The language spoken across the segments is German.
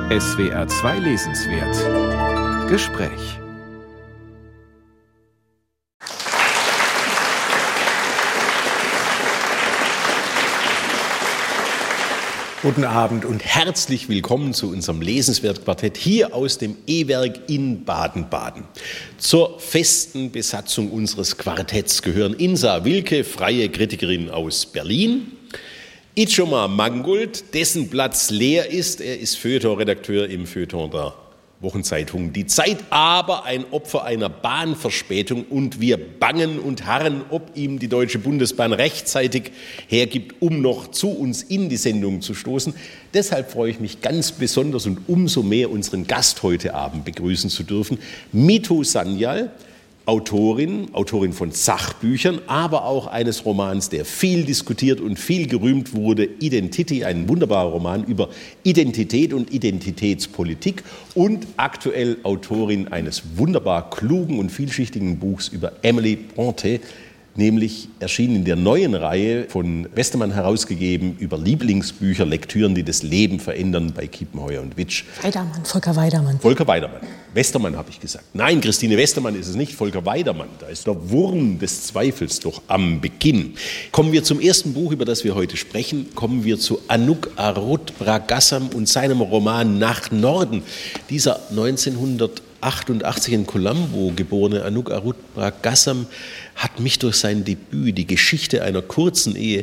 SWR 2 Lesenswert Gespräch. Guten Abend und herzlich willkommen zu unserem Lesenswert-Quartett hier aus dem E-Werk in Baden-Baden. Zur festen Besatzung unseres Quartetts gehören Insa Wilke, freie Kritikerin aus Berlin, Icoma Mangold, dessen Platz leer ist. Er ist Feuilleton-Redakteur im Feuilleton der Wochenzeitung Die Zeit, aber ein Opfer einer Bahnverspätung, und wir bangen und harren, ob ihm die Deutsche Bundesbahn rechtzeitig hergibt, um noch zu uns in die Sendung zu stoßen. Deshalb freue ich mich ganz besonders und umso mehr, unseren Gast heute Abend begrüßen zu dürfen, Mithun Sanyal, Autorin von Sachbüchern, aber auch eines Romans, der viel diskutiert und viel gerühmt wurde, Identity, ein wunderbarer Roman über Identität und Identitätspolitik, und aktuell Autorin eines wunderbar klugen und vielschichtigen Buchs über Emily Brontë, nämlich erschienen in der neuen Reihe von Westermann herausgegeben über Lieblingsbücher, Lektüren, die das Leben verändern, bei Kiepenheuer und Witsch. Volker Weidermann. Westermann habe ich gesagt. Nein, Christine Westermann ist es nicht, Volker Weidermann. Da ist der Wurm des Zweifels doch am Beginn. Kommen wir zum ersten Buch, über das wir heute sprechen. Kommen wir zu Anouk Arut-Bragassam und seinem Roman Nach Norden. Dieser 1988 in Colombo geborene Anouk Arut-Bragassam hat mich durch sein Debüt, die Geschichte einer kurzen Ehe,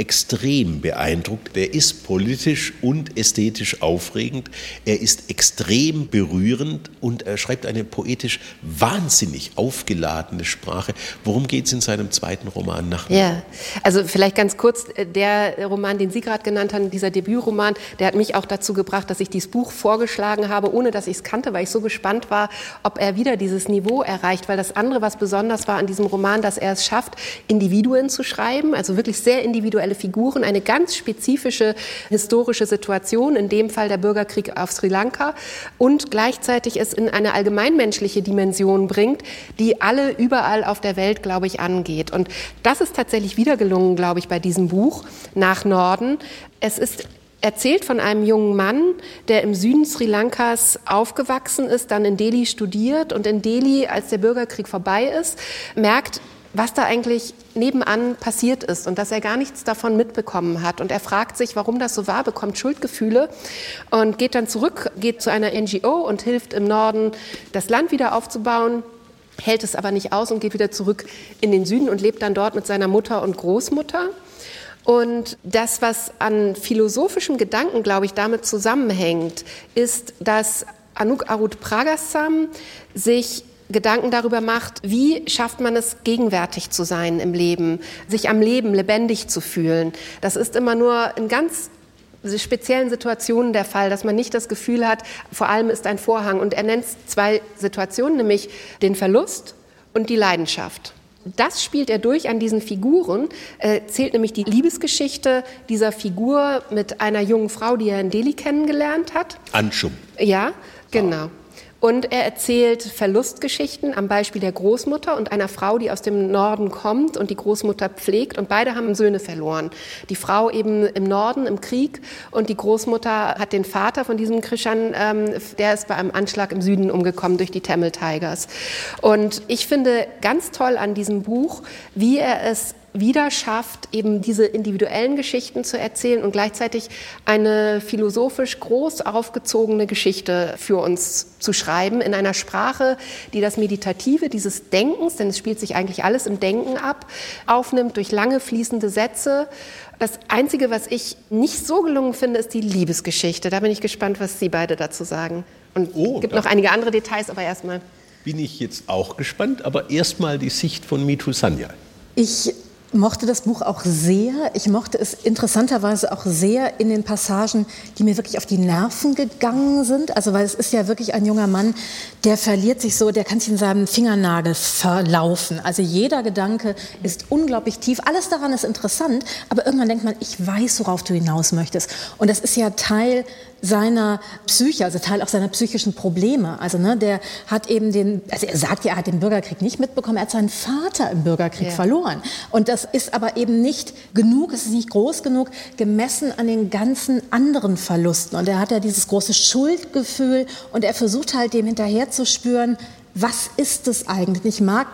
extrem beeindruckt. Er ist politisch und ästhetisch aufregend, er ist extrem berührend und er schreibt eine poetisch wahnsinnig aufgeladene Sprache. Worum geht es in seinem zweiten Roman Nach Norden? Ja, also vielleicht ganz kurz, der Roman, den Sie gerade genannt haben, dieser Debütroman, der hat mich auch dazu gebracht, dass ich dieses Buch vorgeschlagen habe, ohne dass ich es kannte, weil ich so gespannt war, ob er wieder dieses Niveau erreicht, weil das andere, was besonders war an diesem Roman, dass er es schafft, Individuen zu schreiben, also wirklich sehr individuelle Figuren, eine ganz spezifische historische Situation, in dem Fall der Bürgerkrieg auf Sri Lanka, und gleichzeitig es in eine allgemeinmenschliche Dimension bringt, die alle überall auf der Welt, glaube ich, angeht. Und das ist tatsächlich wieder gelungen, glaube ich, bei diesem Buch Nach Norden. Es ist erzählt von einem jungen Mann, der im Süden Sri Lankas aufgewachsen ist, dann in Delhi studiert und in Delhi, als der Bürgerkrieg vorbei ist, merkt, was da eigentlich nebenan passiert ist und dass er gar nichts davon mitbekommen hat. Und er fragt sich, warum das so war, bekommt Schuldgefühle und geht dann zurück, geht zu einer NGO und hilft im Norden, das Land wieder aufzubauen, hält es aber nicht aus und geht wieder zurück in den Süden und lebt dann dort mit seiner Mutter und Großmutter. Und das, was an philosophischem Gedanken, glaube ich, damit zusammenhängt, ist, dass Anouk Arut-Bragassam sich Gedanken darüber macht, wie schafft man es, gegenwärtig zu sein im Leben, sich am Leben lebendig zu fühlen. Das ist immer nur in ganz speziellen Situationen der Fall, dass man nicht das Gefühl hat, vor allem ist ein Vorhang. Und er nennt zwei Situationen, nämlich den Verlust und die Leidenschaft. Das spielt er durch an diesen Figuren, erzählt nämlich die Liebesgeschichte dieser Figur mit einer jungen Frau, die er in Delhi kennengelernt hat. Anschum. Ja, genau. Und er erzählt Verlustgeschichten am Beispiel der Großmutter und einer Frau, die aus dem Norden kommt und die Großmutter pflegt. Und beide haben Söhne verloren. Die Frau eben im Norden im Krieg und die Großmutter hat den Vater von diesem Krishan, der ist bei einem Anschlag im Süden umgekommen durch die Tamil Tigers. Und ich finde ganz toll an diesem Buch, wie er es wieder schafft, eben diese individuellen Geschichten zu erzählen und gleichzeitig eine philosophisch groß aufgezogene Geschichte für uns zu schreiben, in einer Sprache, die das Meditative dieses Denkens, denn es spielt sich eigentlich alles im Denken ab, aufnimmt durch lange fließende Sätze. Das Einzige, was ich nicht so gelungen finde, ist die Liebesgeschichte. Da bin ich gespannt, was Sie beide dazu sagen. Und es gibt noch einige andere Details, aber erstmal. Bin ich jetzt auch gespannt, aber erstmal die Sicht von Mithun Sanyal. Ich mochte das Buch auch sehr. Ich mochte es interessanterweise auch sehr in den Passagen, die mir wirklich auf die Nerven gegangen sind. Also weil es ist ja wirklich ein junger Mann, der verliert sich so, der kann sich in seinem Fingernagel verlaufen. Also jeder Gedanke ist unglaublich tief. Alles daran ist interessant, aber irgendwann denkt man, ich weiß, worauf du hinaus möchtest. Und das ist ja Teil seiner Psyche, also Teil auch seiner psychischen Probleme. Also der hat eben er sagt ja, er hat den Bürgerkrieg nicht mitbekommen, er hat seinen Vater im Bürgerkrieg verloren. Und das ist aber eben nicht genug, es ist nicht groß genug, gemessen an den ganzen anderen Verlusten. Und er hat ja dieses große Schuldgefühl und er versucht halt dem hinterher zu spüren, was ist es eigentlich? Ich mag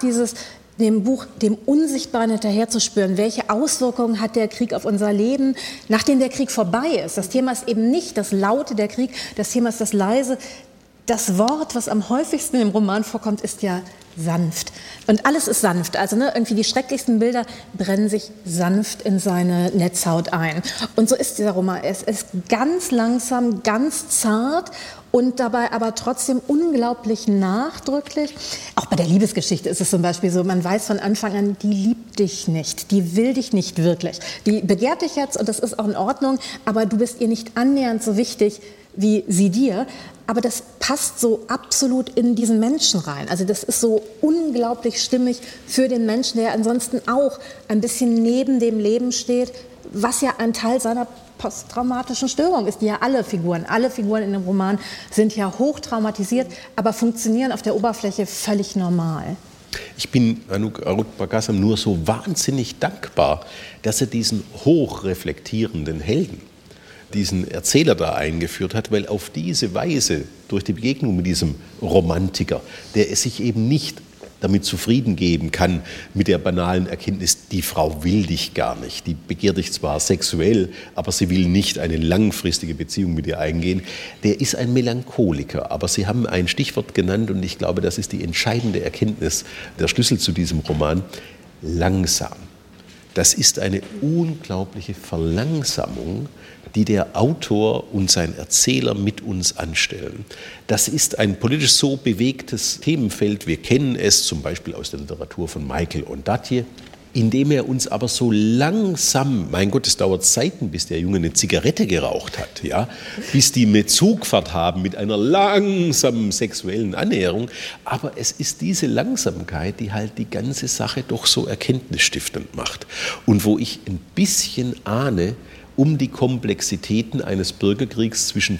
dem Buch, dem Unsichtbaren hinterher zu spüren. Welche Auswirkungen hat der Krieg auf unser Leben, nachdem der Krieg vorbei ist? Das Thema ist eben nicht das Laute, der Krieg, das Thema ist das Leise. Das Wort, was am häufigsten im Roman vorkommt, ist ja sanft. Und alles ist sanft. Also irgendwie die schrecklichsten Bilder brennen sich sanft in seine Netzhaut ein. Und so ist dieser Roman. Es ist ganz langsam, ganz zart und dabei aber trotzdem unglaublich nachdrücklich. Auch bei der Liebesgeschichte ist es zum Beispiel so, man weiß von Anfang an, die liebt dich nicht, die will dich nicht wirklich. Die begehrt dich jetzt und das ist auch in Ordnung, aber du bist ihr nicht annähernd so wichtig wie sie dir. Aber das passt so absolut in diesen Menschen rein. Also das ist so unglaublich stimmig für den Menschen, der ansonsten auch ein bisschen neben dem Leben steht, was ja ein Teil seiner posttraumatischen Störung ist, die ja alle Figuren in dem Roman sind ja hochtraumatisiert, aber funktionieren auf der Oberfläche völlig normal. Ich bin Anouk Arut-Bagassam nur so wahnsinnig dankbar, dass er diesen hochreflektierenden Helden, diesen Erzähler da eingeführt hat, weil auf diese Weise, durch die Begegnung mit diesem Romantiker, der es sich eben nicht damit zufrieden geben kann, mit der banalen Erkenntnis, die Frau will dich gar nicht, die begehrt dich zwar sexuell, aber sie will nicht eine langfristige Beziehung mit dir eingehen, der ist ein Melancholiker. Aber Sie haben ein Stichwort genannt und ich glaube, das ist die entscheidende Erkenntnis, der Schlüssel zu diesem Roman: langsam. Das ist eine unglaubliche Verlangsamung, die der Autor und sein Erzähler mit uns anstellen. Das ist ein politisch so bewegtes Themenfeld, wir kennen es zum Beispiel aus der Literatur von Michael Ondaatje, indem er uns aber so langsam, mein Gott, es dauert Zeiten, bis der Junge eine Zigarette geraucht hat, ja, bis die eine Zugfahrt haben mit einer langsamen sexuellen Annäherung. Aber es ist diese Langsamkeit, die halt die ganze Sache doch so erkenntnisstiftend macht. Und wo ich ein bisschen ahne, um die Komplexitäten eines Bürgerkriegs zwischen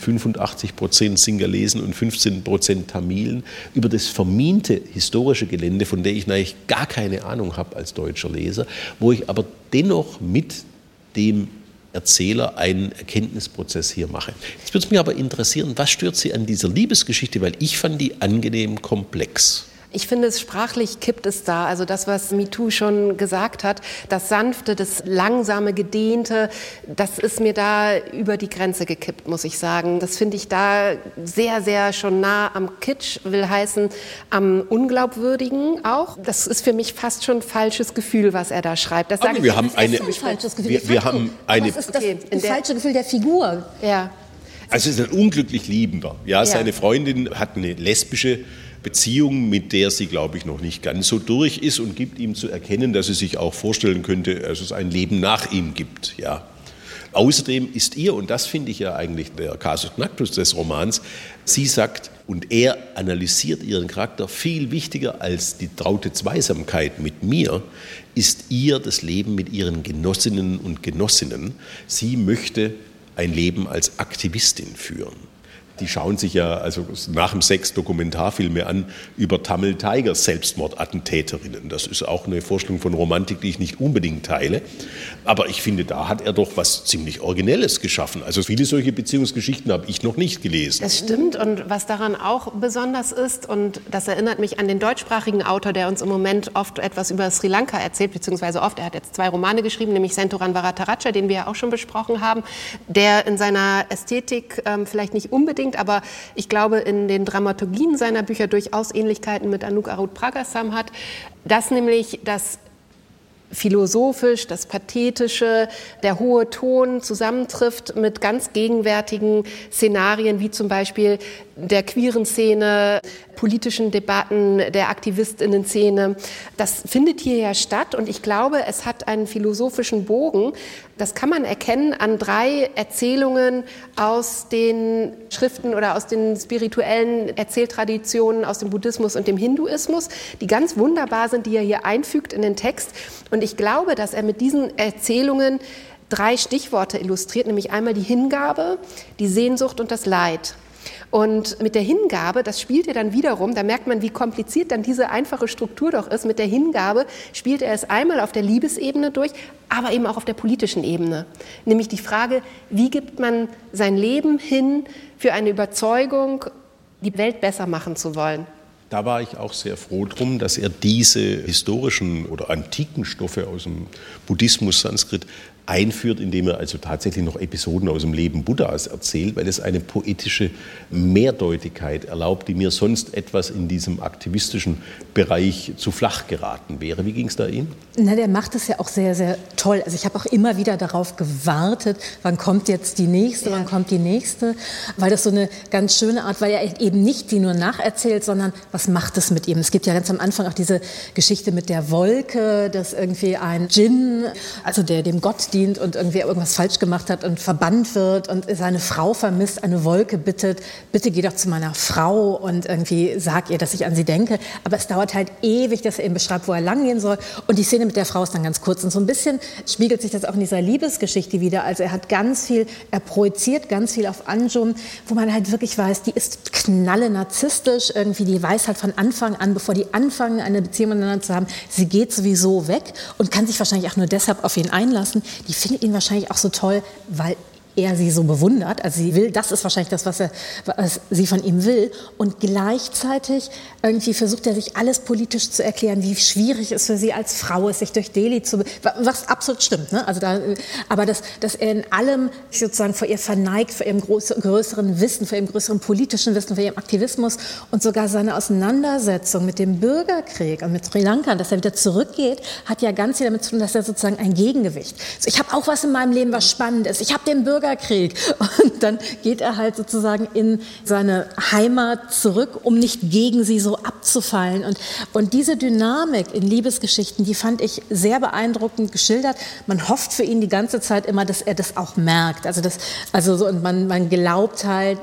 85% Singalesen und 15% Tamilen über das vermiente historische Gelände, von der ich eigentlich gar keine Ahnung habe als deutscher Leser, wo ich aber dennoch mit dem Erzähler einen Erkenntnisprozess hier mache. Jetzt würde es mich aber interessieren, was stört Sie an dieser Liebesgeschichte, weil ich fand die angenehm komplex. Ich finde, es sprachlich kippt es da. Also das, was MeToo schon gesagt hat, das Sanfte, das Langsame, Gedehnte, das ist mir da über die Grenze gekippt, muss ich sagen. Das finde ich da sehr, sehr schon nah am Kitsch, will heißen am Unglaubwürdigen auch. Das ist für mich fast schon ein falsches Gefühl, was er da schreibt. Das sage wir haben ein falsches Gefühl. Wir haben eine. Was ist das falsche Gefühl der Figur? Ja. Also es ist ein unglücklich Liebender. Ja, seine Freundin hat eine lesbische Beziehung, mit der sie, glaube ich, noch nicht ganz so durch ist und gibt ihm zu erkennen, dass sie sich auch vorstellen könnte, dass es ein Leben nach ihm gibt. Ja. Außerdem ist ihr, und das finde ich ja eigentlich der Casus Knacktus des Romans, sie sagt, und er analysiert ihren Charakter, viel wichtiger als die traute Zweisamkeit mit mir, ist ihr das Leben mit ihren Genossinnen und Genossinnen. Sie möchte ein Leben als Aktivistin führen. Die schauen sich ja also nach dem Sex Dokumentarfilme an über Tamil Tiger Selbstmordattentäterinnen. Das ist auch eine Vorstellung von Romantik, die ich nicht unbedingt teile. Aber ich finde, da hat er doch was ziemlich Originelles geschaffen. Also viele solche Beziehungsgeschichten habe ich noch nicht gelesen. Das stimmt, und was daran auch besonders ist, und das erinnert mich an den deutschsprachigen Autor, der uns im Moment oft etwas über Sri Lanka erzählt, beziehungsweise oft, er hat jetzt 2 Romane geschrieben, nämlich Senturan Varadaraja, den wir ja auch schon besprochen haben, der in seiner Ästhetik vielleicht nicht unbedingt, aber ich glaube, in den Dramaturgien seiner Bücher durchaus Ähnlichkeiten mit Anouk Arut-Bagassam hat, dass nämlich das philosophisch, das Pathetische, der hohe Ton zusammentrifft mit ganz gegenwärtigen Szenarien, wie zum Beispiel der queeren Szene, politischen Debatten, der AktivistInnen-Szene. Das findet hier ja statt und ich glaube, es hat einen philosophischen Bogen. Das kann man erkennen an 3 Erzählungen aus den Schriften oder aus den spirituellen Erzähltraditionen aus dem Buddhismus und dem Hinduismus, die ganz wunderbar sind, die er hier einfügt in den Text. Und ich glaube, dass er mit diesen Erzählungen 3 Stichworte illustriert, nämlich einmal die Hingabe, die Sehnsucht und das Leid. Und mit der Hingabe, das spielt er dann wiederum, da merkt man, wie kompliziert dann diese einfache Struktur doch ist. Mit der Hingabe spielt er es einmal auf der Liebesebene durch, aber eben auch auf der politischen Ebene. Nämlich die Frage, wie gibt man sein Leben hin für eine Überzeugung, die Welt besser machen zu wollen. Da war ich auch sehr froh drum, dass er diese historischen oder antiken Stoffe aus dem Buddhismus, Sanskrit einführt, indem er also tatsächlich noch Episoden aus dem Leben Buddhas erzählt, weil es eine poetische Mehrdeutigkeit erlaubt, die mir sonst etwas in diesem aktivistischen Bereich zu flach geraten wäre. Wie ging es da Ihnen? Na, der macht es ja auch sehr, sehr toll. Also ich habe auch immer wieder darauf gewartet, wann kommt jetzt die nächste, wann kommt die nächste, weil das so eine ganz schöne Art, weil er eben nicht die nur nacherzählt, sondern was macht es mit ihm? Es gibt ja ganz am Anfang auch diese Geschichte mit der Wolke, dass irgendwie ein Djinn, also der dem Gott dient und irgendwie irgendwas falsch gemacht hat und verbannt wird und seine Frau vermisst, eine Wolke bittet, bitte geh doch zu meiner Frau und irgendwie sag ihr, dass ich an sie denke. Aber es dauert halt ewig, dass er ihm beschreibt, wo er langgehen soll. Und die Szene mit der Frau ist dann ganz kurz. Und so ein bisschen spiegelt sich das auch in dieser Liebesgeschichte wieder. Also er hat ganz viel, er projiziert ganz viel auf Anjum, wo man halt wirklich weiß, die ist knalle narzisstisch, irgendwie, die weiß halt von Anfang an, bevor die anfangen, eine Beziehung miteinander zu haben, sie geht sowieso weg und kann sich wahrscheinlich auch nur deshalb auf ihn einlassen. Die findet ihn wahrscheinlich auch so toll, weil er sie so bewundert, also sie will, das ist wahrscheinlich das, was sie von ihm will, und gleichzeitig irgendwie versucht er sich alles politisch zu erklären, wie schwierig es für sie als Frau ist, sich durch Delhi zu, was absolut stimmt, ne? Also aber dass er in allem sozusagen vor ihr verneigt, vor ihrem größeren Wissen, vor ihrem größeren politischen Wissen, vor ihrem Aktivismus und sogar seine Auseinandersetzung mit dem Bürgerkrieg und mit Sri Lanka, dass er wieder zurückgeht, hat ja ganz viel damit zu tun, dass er sozusagen ein Gegengewicht. Also ich habe auch was in meinem Leben, was spannend ist. Ich habe den Bürgerkrieg. Und dann geht er halt sozusagen in seine Heimat zurück, um nicht gegen sie so abzufallen. Und diese Dynamik in Liebesgeschichten, die fand ich sehr beeindruckend geschildert. Man hofft für ihn die ganze Zeit immer, dass er das auch merkt. Und man glaubt halt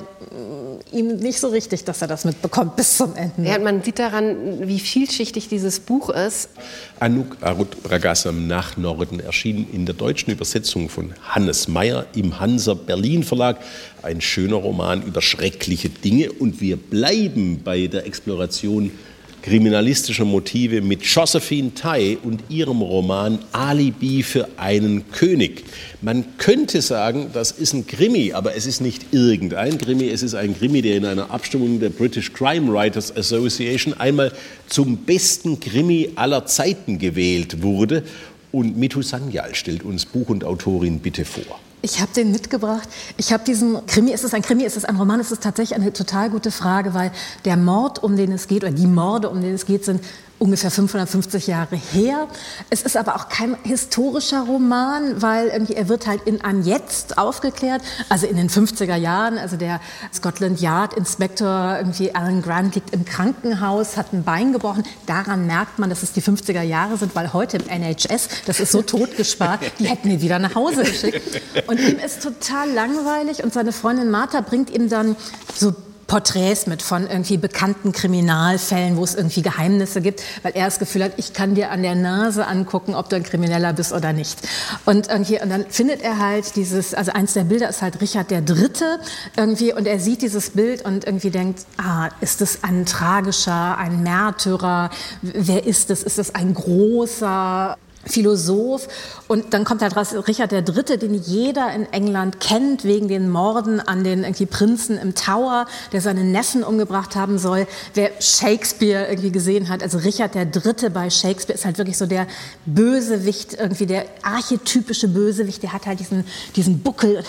ihm nicht so richtig, dass er das mitbekommt bis zum Ende. Ja, man sieht daran, wie vielschichtig dieses Buch ist. Anuk Arutragasam nach Norden erschien in der deutschen Übersetzung von Hannes Meyer im Hansa Berlin Verlag. Ein schöner Roman über schreckliche Dinge. Und wir bleiben bei der Exploration kriminalistischer Motive mit Josephine Tai und ihrem Roman Alibi für einen König. Man könnte sagen, das ist ein Krimi, aber es ist nicht irgendein Krimi. Es ist ein Krimi, der in einer Abstimmung der British Crime Writers Association einmal zum besten Krimi aller Zeiten gewählt wurde. Und Mithu Sanyal stellt uns Buch und Autorin bitte vor. Ich habe den mitgebracht. Ich habe diesen Krimi, ist es ein Krimi, ist es ein Roman? Es ist tatsächlich eine total gute Frage, weil der Mord, um den es geht, oder die Morde, um den es geht, sind ungefähr 550 Jahre her. Es ist aber auch kein historischer Roman, weil irgendwie er wird halt in einem Jetzt aufgeklärt, also in den 50er Jahren. Also der Scotland Yard Inspektor irgendwie Alan Grant liegt im Krankenhaus, hat ein Bein gebrochen. Daran merkt man, dass es die 50er Jahre sind, weil heute im NHS, das ist so totgespart, die hätten ihn wieder nach Hause geschickt. Und ihm ist total langweilig und seine Freundin Martha bringt ihm dann so Porträts mit von irgendwie bekannten Kriminalfällen, wo es irgendwie Geheimnisse gibt, weil er das Gefühl hat, ich kann dir an der Nase angucken, ob du ein Krimineller bist oder nicht. Und dann findet er halt also eins der Bilder ist halt Richard III. Irgendwie, und er sieht dieses Bild und irgendwie denkt, ist das ein tragischer, ein Märtyrer? Wer ist das? Ist das ein großer Philosoph? Und dann kommt halt raus, Richard III., den jeder in England kennt, wegen den Morden an den irgendwie Prinzen im Tower, der seinen Neffen umgebracht haben soll. Wer Shakespeare irgendwie gesehen hat, also Richard III. Bei Shakespeare ist halt wirklich so der Bösewicht, irgendwie der archetypische Bösewicht, der hat halt diesen Buckel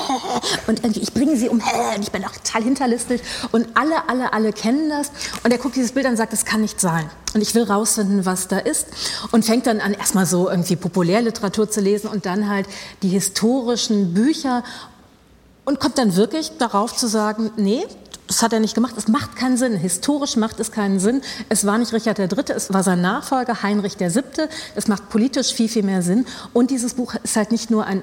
und irgendwie, ich bringe sie um, und ich bin auch total hinterlistig und alle kennen das. Und er guckt dieses Bild an und sagt, das kann nicht sein. Und ich will rausfinden, was da ist. Und fängt dann an, erstmal so irgendwie Populärliteratur zu lesen und dann halt die historischen Bücher und kommt dann wirklich darauf zu sagen, nee, das hat er nicht gemacht, es macht keinen Sinn. Historisch macht es keinen Sinn. Es war nicht Richard III., es war sein Nachfolger Heinrich VII. Es macht politisch viel, viel mehr Sinn. Und dieses Buch ist halt nicht nur ein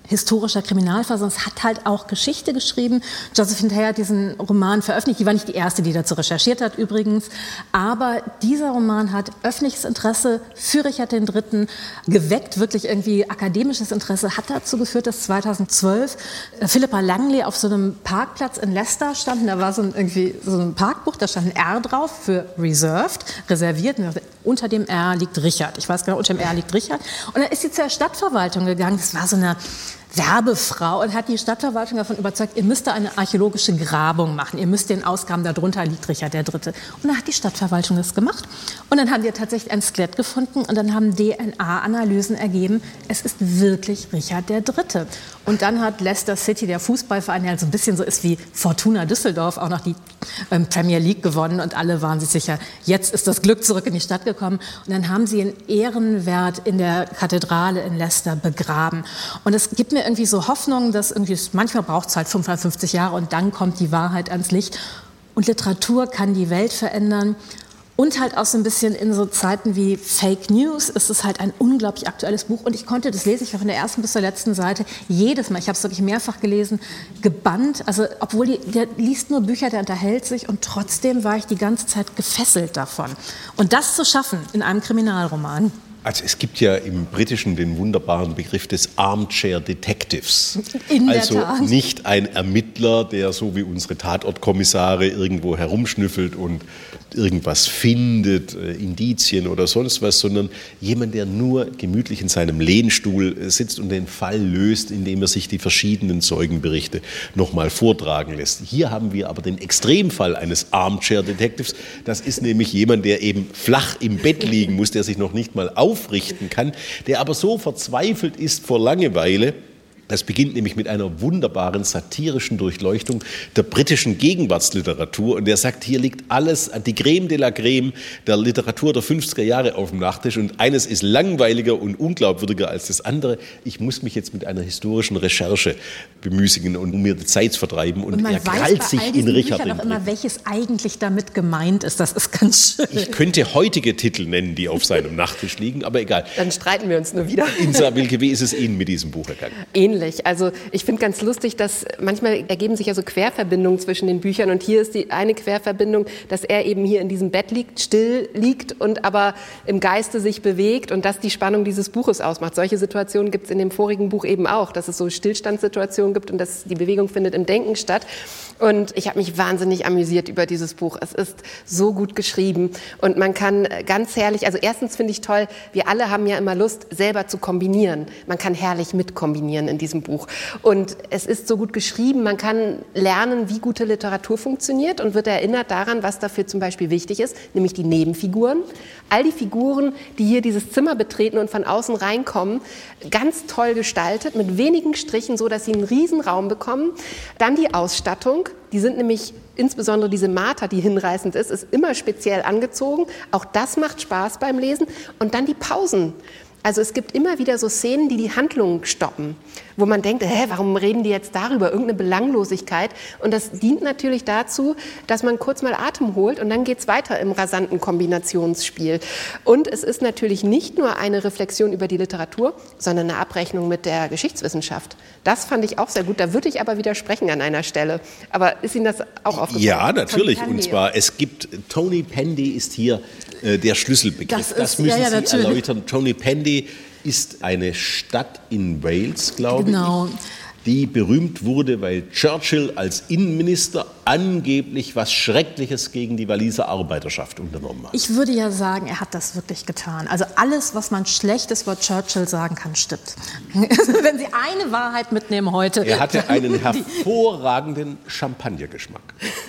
historischer Kriminalfall, sondern es hat halt auch Geschichte geschrieben. Josephine Tay hat diesen Roman veröffentlicht. Die war nicht die erste, die dazu recherchiert hat übrigens. Aber dieser Roman hat öffentliches Interesse für Richard III. Geweckt, wirklich irgendwie akademisches Interesse, hat dazu geführt, dass 2012 Philippa Langley auf so einem Parkplatz in Leicester stand. Und da war so ein Parkbuch, da stand ein R drauf für reserved, reserviert. Und unter dem R liegt Richard. Ich weiß genau, unter dem R liegt Richard. Und dann ist sie zur Stadtverwaltung gegangen. Das war so eine Werbefrau und hat die Stadtverwaltung davon überzeugt, ihr müsst da eine archäologische Grabung machen. Ihr müsst den ausgraben, darunter liegt Richard III. Und dann hat die Stadtverwaltung das gemacht. Und dann haben wir tatsächlich ein Skelett gefunden und dann haben DNA-Analysen ergeben, es ist wirklich Richard III. Und dann hat Leicester City, der Fußballverein, der halt so ein bisschen so ist wie Fortuna Düsseldorf, auch noch die Premier League gewonnen und alle waren sich sicher, jetzt ist das Glück zurück in die Stadt gekommen. Und dann haben sie ihn ehrenwert in der Kathedrale in Leicester begraben. Und es gibt mir irgendwie so Hoffnung, dass irgendwie, manchmal braucht es halt 550 Jahre und dann kommt die Wahrheit ans Licht. Und Literatur kann die Welt verändern. Und halt auch so ein bisschen in so Zeiten wie Fake News ist es halt ein unglaublich aktuelles Buch. Und ich konnte, das lese ich von der ersten bis zur letzten Seite, jedes Mal, ich habe es wirklich mehrfach gelesen, gebannt. Also obwohl der liest nur Bücher, der unterhält sich und trotzdem war ich die ganze Zeit gefesselt davon. Und das zu schaffen in einem Kriminalroman. Also es gibt ja im Britischen den wunderbaren Begriff des Armchair Detectives. In der also Tat. Nicht ein Ermittler, der so wie unsere Tatortkommissare irgendwo herumschnüffelt und irgendwas findet, Indizien oder sonst was, sondern jemand, der nur gemütlich in seinem Lehnstuhl sitzt und den Fall löst, indem er sich die verschiedenen Zeugenberichte nochmal vortragen lässt. Hier haben wir aber den Extremfall eines Armchair Detectives. Das ist nämlich jemand, der eben flach im Bett liegen muss, der sich noch nicht mal aufrichten kann, der aber so verzweifelt ist vor Langeweile. Das beginnt nämlich mit einer wunderbaren satirischen Durchleuchtung der britischen Gegenwartsliteratur. Und der sagt, hier liegt alles, die Creme de la Creme der Literatur der 50er Jahre auf dem Nachttisch. Und eines ist langweiliger und unglaubwürdiger als das andere. Ich muss mich jetzt mit einer historischen Recherche bemüßigen und mir die Zeit vertreiben. Und er krallt sich in Richard noch immer, welches eigentlich damit gemeint ist. Das ist ganz schön. Ich könnte heutige Titel nennen, die auf seinem Nachttisch liegen, aber egal. Dann streiten wir uns nur wieder. Insa Wilke, wie ist es Ihnen mit diesem Buch ergangen? Ähnlich. Also ich finde ganz lustig, dass manchmal ergeben sich ja so Querverbindungen zwischen den Büchern und hier ist die eine Querverbindung, dass er eben hier in diesem Bett liegt, still liegt und aber im Geiste sich bewegt und das die Spannung dieses Buches ausmacht. Solche Situationen gibt es in dem vorigen Buch eben auch, dass es so Stillstandssituationen gibt und dass die Bewegung findet im Denken statt. Und ich habe mich wahnsinnig amüsiert über dieses Buch. Es ist so gut geschrieben und man kann ganz herrlich, also erstens finde ich toll, wir alle haben ja immer Lust, selber zu kombinieren. Man kann herrlich mitkombinieren in diesem Buch. Und es ist so gut geschrieben, man kann lernen, wie gute Literatur funktioniert und wird erinnert daran, was dafür zum Beispiel wichtig ist, nämlich die Nebenfiguren. All die Figuren, die hier dieses Zimmer betreten und von außen reinkommen, ganz toll gestaltet, mit wenigen Strichen, so dass sie einen Riesenraum bekommen. Dann die Ausstattung. Die sind nämlich, insbesondere diese Martha, die hinreißend ist immer speziell angezogen. Auch das macht Spaß beim Lesen. Und dann die Pausen. Also es gibt immer wieder so Szenen, die die Handlung stoppen, wo man denkt, warum reden die jetzt darüber, irgendeine Belanglosigkeit. Und das dient natürlich dazu, dass man kurz mal Atem holt und dann geht es weiter im rasanten Kombinationsspiel. Und es ist natürlich nicht nur eine Reflexion über die Literatur, sondern eine Abrechnung mit der Geschichtswissenschaft. Das fand ich auch sehr gut. Da würde ich aber widersprechen an einer Stelle. Aber ist Ihnen das auch aufgefallen? Ja, natürlich. Und zwar, es gibt, Tony Pandy ist hier der Schlüsselbegriff. Das müssen Sie erläutern. Tony Pandy ist eine Stadt in Wales, glaube ich, die berühmt wurde, weil Churchill als Innenminister angeblich was Schreckliches gegen die Waliser Arbeiterschaft unternommen hat. Ich würde ja sagen, er hat das wirklich getan. Also alles, was man Schlechtes über Churchill sagen kann, stimmt. Wenn Sie eine Wahrheit mitnehmen heute. Er hatte einen hervorragenden Champagnergeschmack.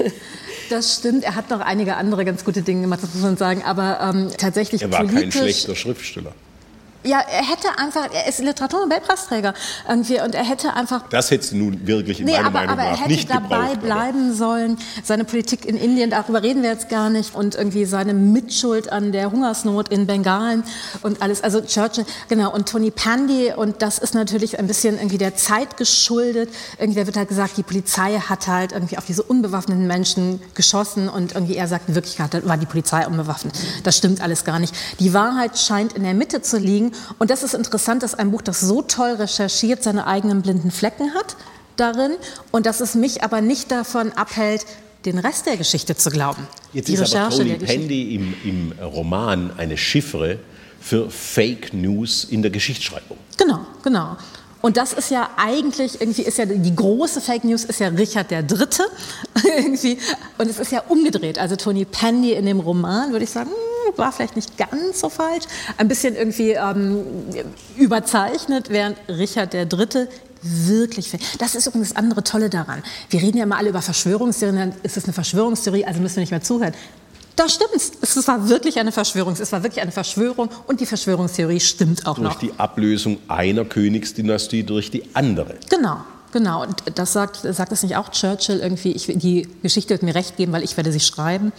Das stimmt. Er hat noch einige andere ganz gute Dinge gemacht, das muss man sagen. Aber tatsächlich er war politisch, kein schlechter Schriftsteller. Ja, er ist Literatur- und Nobelpreisträger irgendwie und er hätte einfach... Das hättest du nun wirklich in meiner Meinung nach nicht gebraucht. Aber er hätte dabei bleiben sollen. Seine Politik in Indien, darüber reden wir jetzt gar nicht. Und irgendwie seine Mitschuld an der Hungersnot in Bengalen und alles. Also Churchill, genau. Und Tony Pandy, und das ist natürlich ein bisschen irgendwie der Zeit geschuldet. Irgendwie wird halt gesagt, die Polizei hat halt irgendwie auf diese unbewaffneten Menschen geschossen und irgendwie er sagt, in Wirklichkeit war die Polizei unbewaffnet. Das stimmt alles gar nicht. Die Wahrheit scheint in der Mitte zu liegen. Und das ist interessant, dass ein Buch, das so toll recherchiert, seine eigenen blinden Flecken hat darin und dass es mich aber nicht davon abhält, den Rest der Geschichte zu glauben. Jetzt ist aber Tony Pandy im Roman eine Chiffre für Fake News in der Geschichtsschreibung. Genau. Und das ist ja eigentlich, die große Fake News ist ja Richard III. irgendwie. Und es ist ja umgedreht. Also Tony Pandy in dem Roman, würde ich sagen, war vielleicht nicht ganz so falsch. Ein bisschen irgendwie überzeichnet, während Richard III. Wirklich fake. Das ist übrigens das andere Tolle daran. Wir reden ja immer alle über Verschwörungstheorien, dann ist es eine Verschwörungstheorie, also müssen wir nicht mehr zuhören. Da stimmt's. Es war wirklich eine Verschwörung. Es war wirklich eine Verschwörung und die Verschwörungstheorie stimmt auch noch. Durch die Ablösung einer Königsdynastie durch die andere. Genau. Und das sagt es nicht auch Churchill irgendwie, die Geschichte wird mir recht geben, weil ich werde sie schreiben.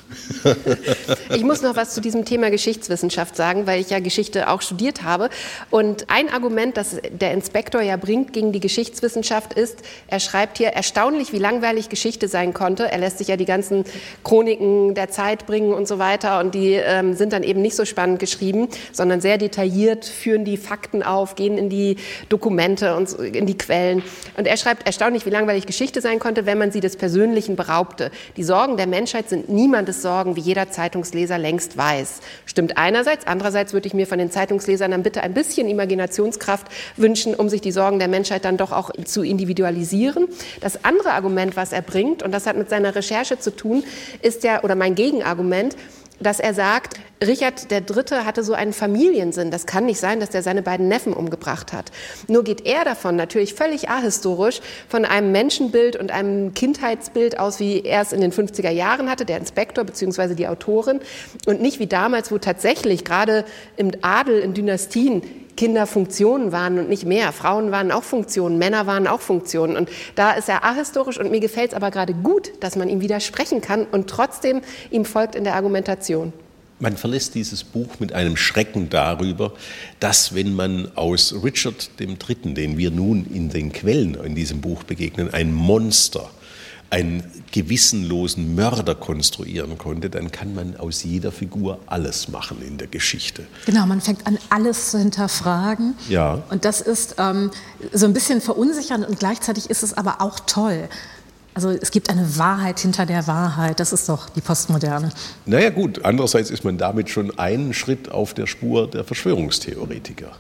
Ich muss noch was zu diesem Thema Geschichtswissenschaft sagen, weil ich ja Geschichte auch studiert habe. Und ein Argument, das der Inspektor ja bringt gegen die Geschichtswissenschaft ist, er schreibt hier, erstaunlich, wie langweilig Geschichte sein konnte. Er lässt sich ja die ganzen Chroniken der Zeit bringen und so weiter und die sind dann eben nicht so spannend geschrieben, sondern sehr detailliert, führen die Fakten auf, gehen in die Dokumente und in die Quellen. Und er schreibt, erstaunlich, wie langweilig Geschichte sein konnte, wenn man sie des Persönlichen beraubte. Die Sorgen der Menschheit sind niemandes Sorgen, wie jeder Zeitungsleser längst weiß. Stimmt einerseits, andererseits würde ich mir von den Zeitungslesern dann bitte ein bisschen Imaginationskraft wünschen, um sich die Sorgen der Menschheit dann doch auch zu individualisieren. Das andere Argument, was er bringt, und das hat mit seiner Recherche zu tun, ist ja, oder mein Gegenargument, dass er sagt, Richard III. Hatte so einen Familiensinn. Das kann nicht sein, dass er seine beiden Neffen umgebracht hat. Nur geht er davon, natürlich völlig ahistorisch, von einem Menschenbild und einem Kindheitsbild aus, wie er es in den 50er Jahren hatte, der Inspektor bzw. die Autorin, und nicht wie damals, wo tatsächlich gerade im Adel, in Dynastien, Kinder Funktionen waren und nicht mehr. Frauen waren auch Funktionen, Männer waren auch Funktionen. Und da ist er ahistorisch und mir gefällt es aber gerade gut, dass man ihm widersprechen kann und trotzdem ihm folgt in der Argumentation. Man verlässt dieses Buch mit einem Schrecken darüber, dass wenn man aus Richard III., den wir nun in den Quellen in diesem Buch begegnen, ein Monster, einen gewissenlosen Mörder konstruieren konnte, dann kann man aus jeder Figur alles machen in der Geschichte. Genau, man fängt an, alles zu hinterfragen. Ja. Und das ist so ein bisschen verunsichernd und gleichzeitig ist es aber auch toll. Also es gibt eine Wahrheit hinter der Wahrheit, das ist doch die Postmoderne. Naja gut, andererseits ist man damit schon einen Schritt auf der Spur der Verschwörungstheoretiker.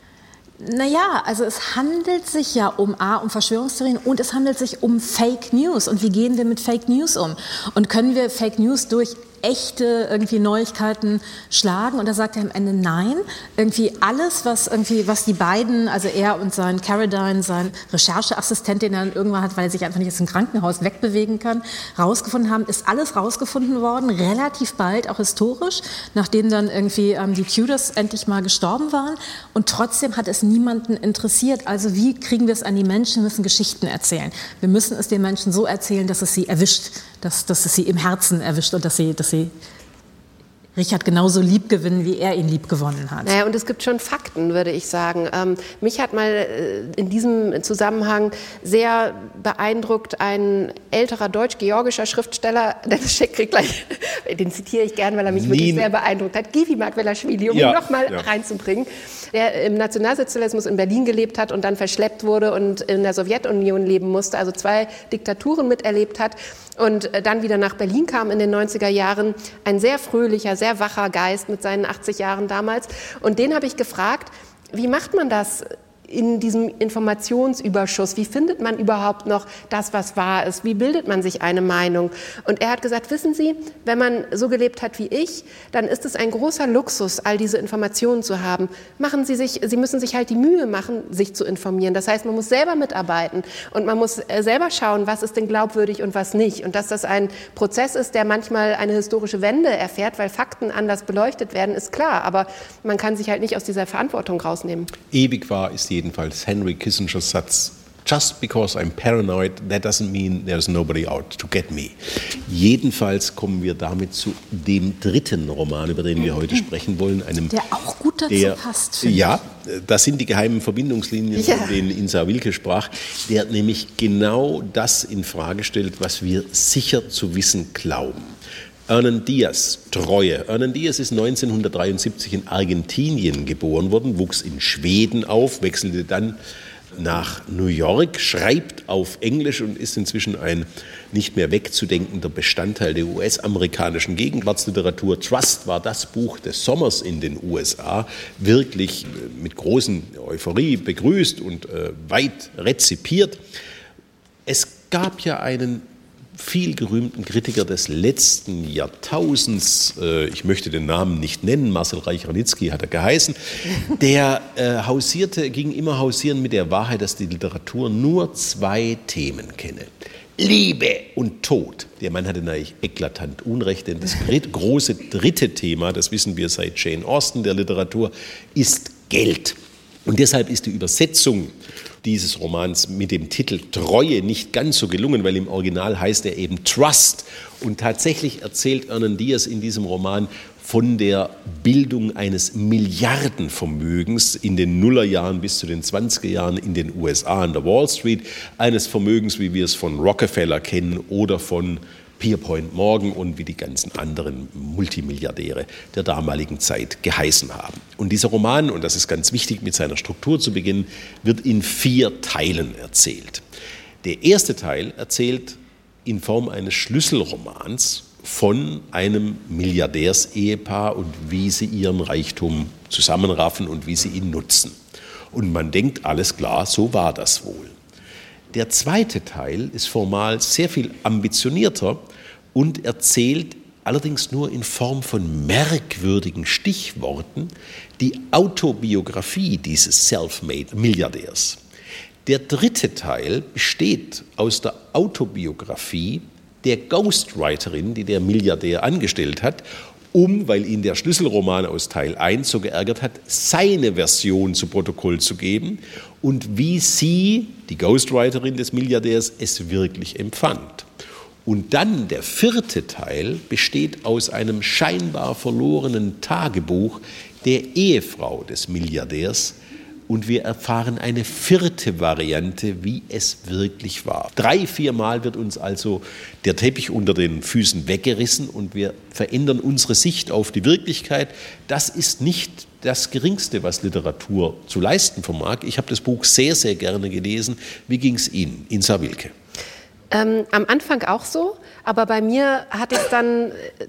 Naja, also es handelt sich ja um Verschwörungstheorien und es handelt sich um Fake News. Und wie gehen wir mit Fake News um? Und können wir Fake News durch echte irgendwie Neuigkeiten schlagen? Und da sagt er am Ende nein. Irgendwie alles, was die beiden, also er und sein Carradine, sein Rechercheassistent, den er dann irgendwann hat, weil er sich einfach nicht aus dem Krankenhaus wegbewegen kann, rausgefunden haben, ist alles rausgefunden worden, relativ bald, auch historisch, nachdem dann irgendwie die Tudors endlich mal gestorben waren. Und trotzdem hat es niemanden interessiert. Also wie kriegen wir es an die Menschen? Wir müssen Geschichten erzählen. Wir müssen es den Menschen so erzählen, dass es sie erwischt, dass es sie im Herzen erwischt und dass sie Richard genauso lieb gewinnen, wie er ihn lieb gewonnen hat. Naja, und es gibt schon Fakten, würde ich sagen. Mich hat mal in diesem Zusammenhang sehr beeindruckt ein älterer deutsch-georgischer Schriftsteller, Dennis Scheck kriegt gleich, den zitiere ich gern, weil er mich wirklich sehr beeindruckt hat, Givi Margvelashvili, um ihn nochmal reinzubringen, der im Nationalsozialismus in Berlin gelebt hat und dann verschleppt wurde und in der Sowjetunion leben musste, also 2 Diktaturen miterlebt hat und dann wieder nach Berlin kam in den 90er Jahren, ein sehr fröhlicher, sehr wacher Geist mit seinen 80 Jahren damals. Und den habe ich gefragt, wie macht man das in diesem Informationsüberschuss? Wie findet man überhaupt noch das, was wahr ist? Wie bildet man sich eine Meinung? Und er hat gesagt, wissen Sie, wenn man so gelebt hat wie ich, dann ist es ein großer Luxus, all diese Informationen zu haben. Sie müssen sich halt die Mühe machen, sich zu informieren. Das heißt, man muss selber mitarbeiten und man muss selber schauen, was ist denn glaubwürdig und was nicht. Und dass das ein Prozess ist, der manchmal eine historische Wende erfährt, weil Fakten anders beleuchtet werden, ist klar. Aber man kann sich halt nicht aus dieser Verantwortung rausnehmen. Ewig wahr ist jedenfalls Henry Kissingers Satz: Just because I'm paranoid, that doesn't mean there's nobody out to get me. Jedenfalls kommen wir damit zu dem dritten Roman, über den wir heute sprechen wollen. Der auch gut dazu passt, finde ich. Ja, das sind die geheimen Verbindungslinien, von denen Insa Wilke sprach, der nämlich genau das in Frage stellt, was wir sicher zu wissen glauben. Hernán Diaz, Treue. Hernán Diaz ist 1973 in Argentinien geboren worden, wuchs in Schweden auf, wechselte dann nach New York, schreibt auf Englisch und ist inzwischen ein nicht mehr wegzudenkender Bestandteil der US-amerikanischen Gegenwartsliteratur. Trust war das Buch des Sommers in den USA, wirklich mit großen Euphorie begrüßt und weit rezipiert. Es gab ja einen viel gerühmten Kritiker des letzten Jahrtausends, ich möchte den Namen nicht nennen, Marcel Reich-Ranitzky hat er geheißen, der ging immer hausieren mit der Wahrheit, dass die Literatur nur 2 Themen kenne. Liebe und Tod. Der Mann hatte natürlich eklatant Unrecht, denn das große dritte Thema, das wissen wir seit Jane Austen der Literatur, ist Geld. Und deshalb ist die Übersetzung dieses Romans mit dem Titel Treue nicht ganz so gelungen, weil im Original heißt er eben Trust. Und tatsächlich erzählt Hernán Diaz in diesem Roman von der Bildung eines Milliardenvermögens in den Nullerjahren bis zu den 20er Jahren in den USA an der Wall Street, eines Vermögens, wie wir es von Rockefeller kennen oder von Pierpont Morgan und wie die ganzen anderen Multimilliardäre der damaligen Zeit geheißen haben. Und dieser Roman, und das ist ganz wichtig mit seiner Struktur zu beginnen, wird in 4 Teilen erzählt. Der erste Teil erzählt in Form eines Schlüsselromans von einem Milliardärsehepaar und wie sie ihren Reichtum zusammenraffen und wie sie ihn nutzen. Und man denkt, alles klar, so war das wohl. Der zweite Teil ist formal sehr viel ambitionierter und erzählt allerdings nur in Form von merkwürdigen Stichworten die Autobiografie dieses Self-Made-Milliardärs. Der dritte Teil besteht aus der Autobiografie der Ghostwriterin, die der Milliardär angestellt hat, weil ihn der Schlüsselroman aus Teil 1 so geärgert hat, seine Version zu Protokoll zu geben und wie sie, die Ghostwriterin des Milliardärs, es wirklich empfand. Und dann der vierte Teil besteht aus einem scheinbar verlorenen Tagebuch der Ehefrau des Milliardärs und wir erfahren eine vierte Variante, wie es wirklich war. 3-4 Mal wird uns also der Teppich unter den Füßen weggerissen und wir verändern unsere Sicht auf die Wirklichkeit. Das ist nicht das Geringste, was Literatur zu leisten vermag. Ich habe das Buch sehr, sehr gerne gelesen. Wie ging es Ihnen, Insa Wilke? Am Anfang auch so, aber bei mir hat es dann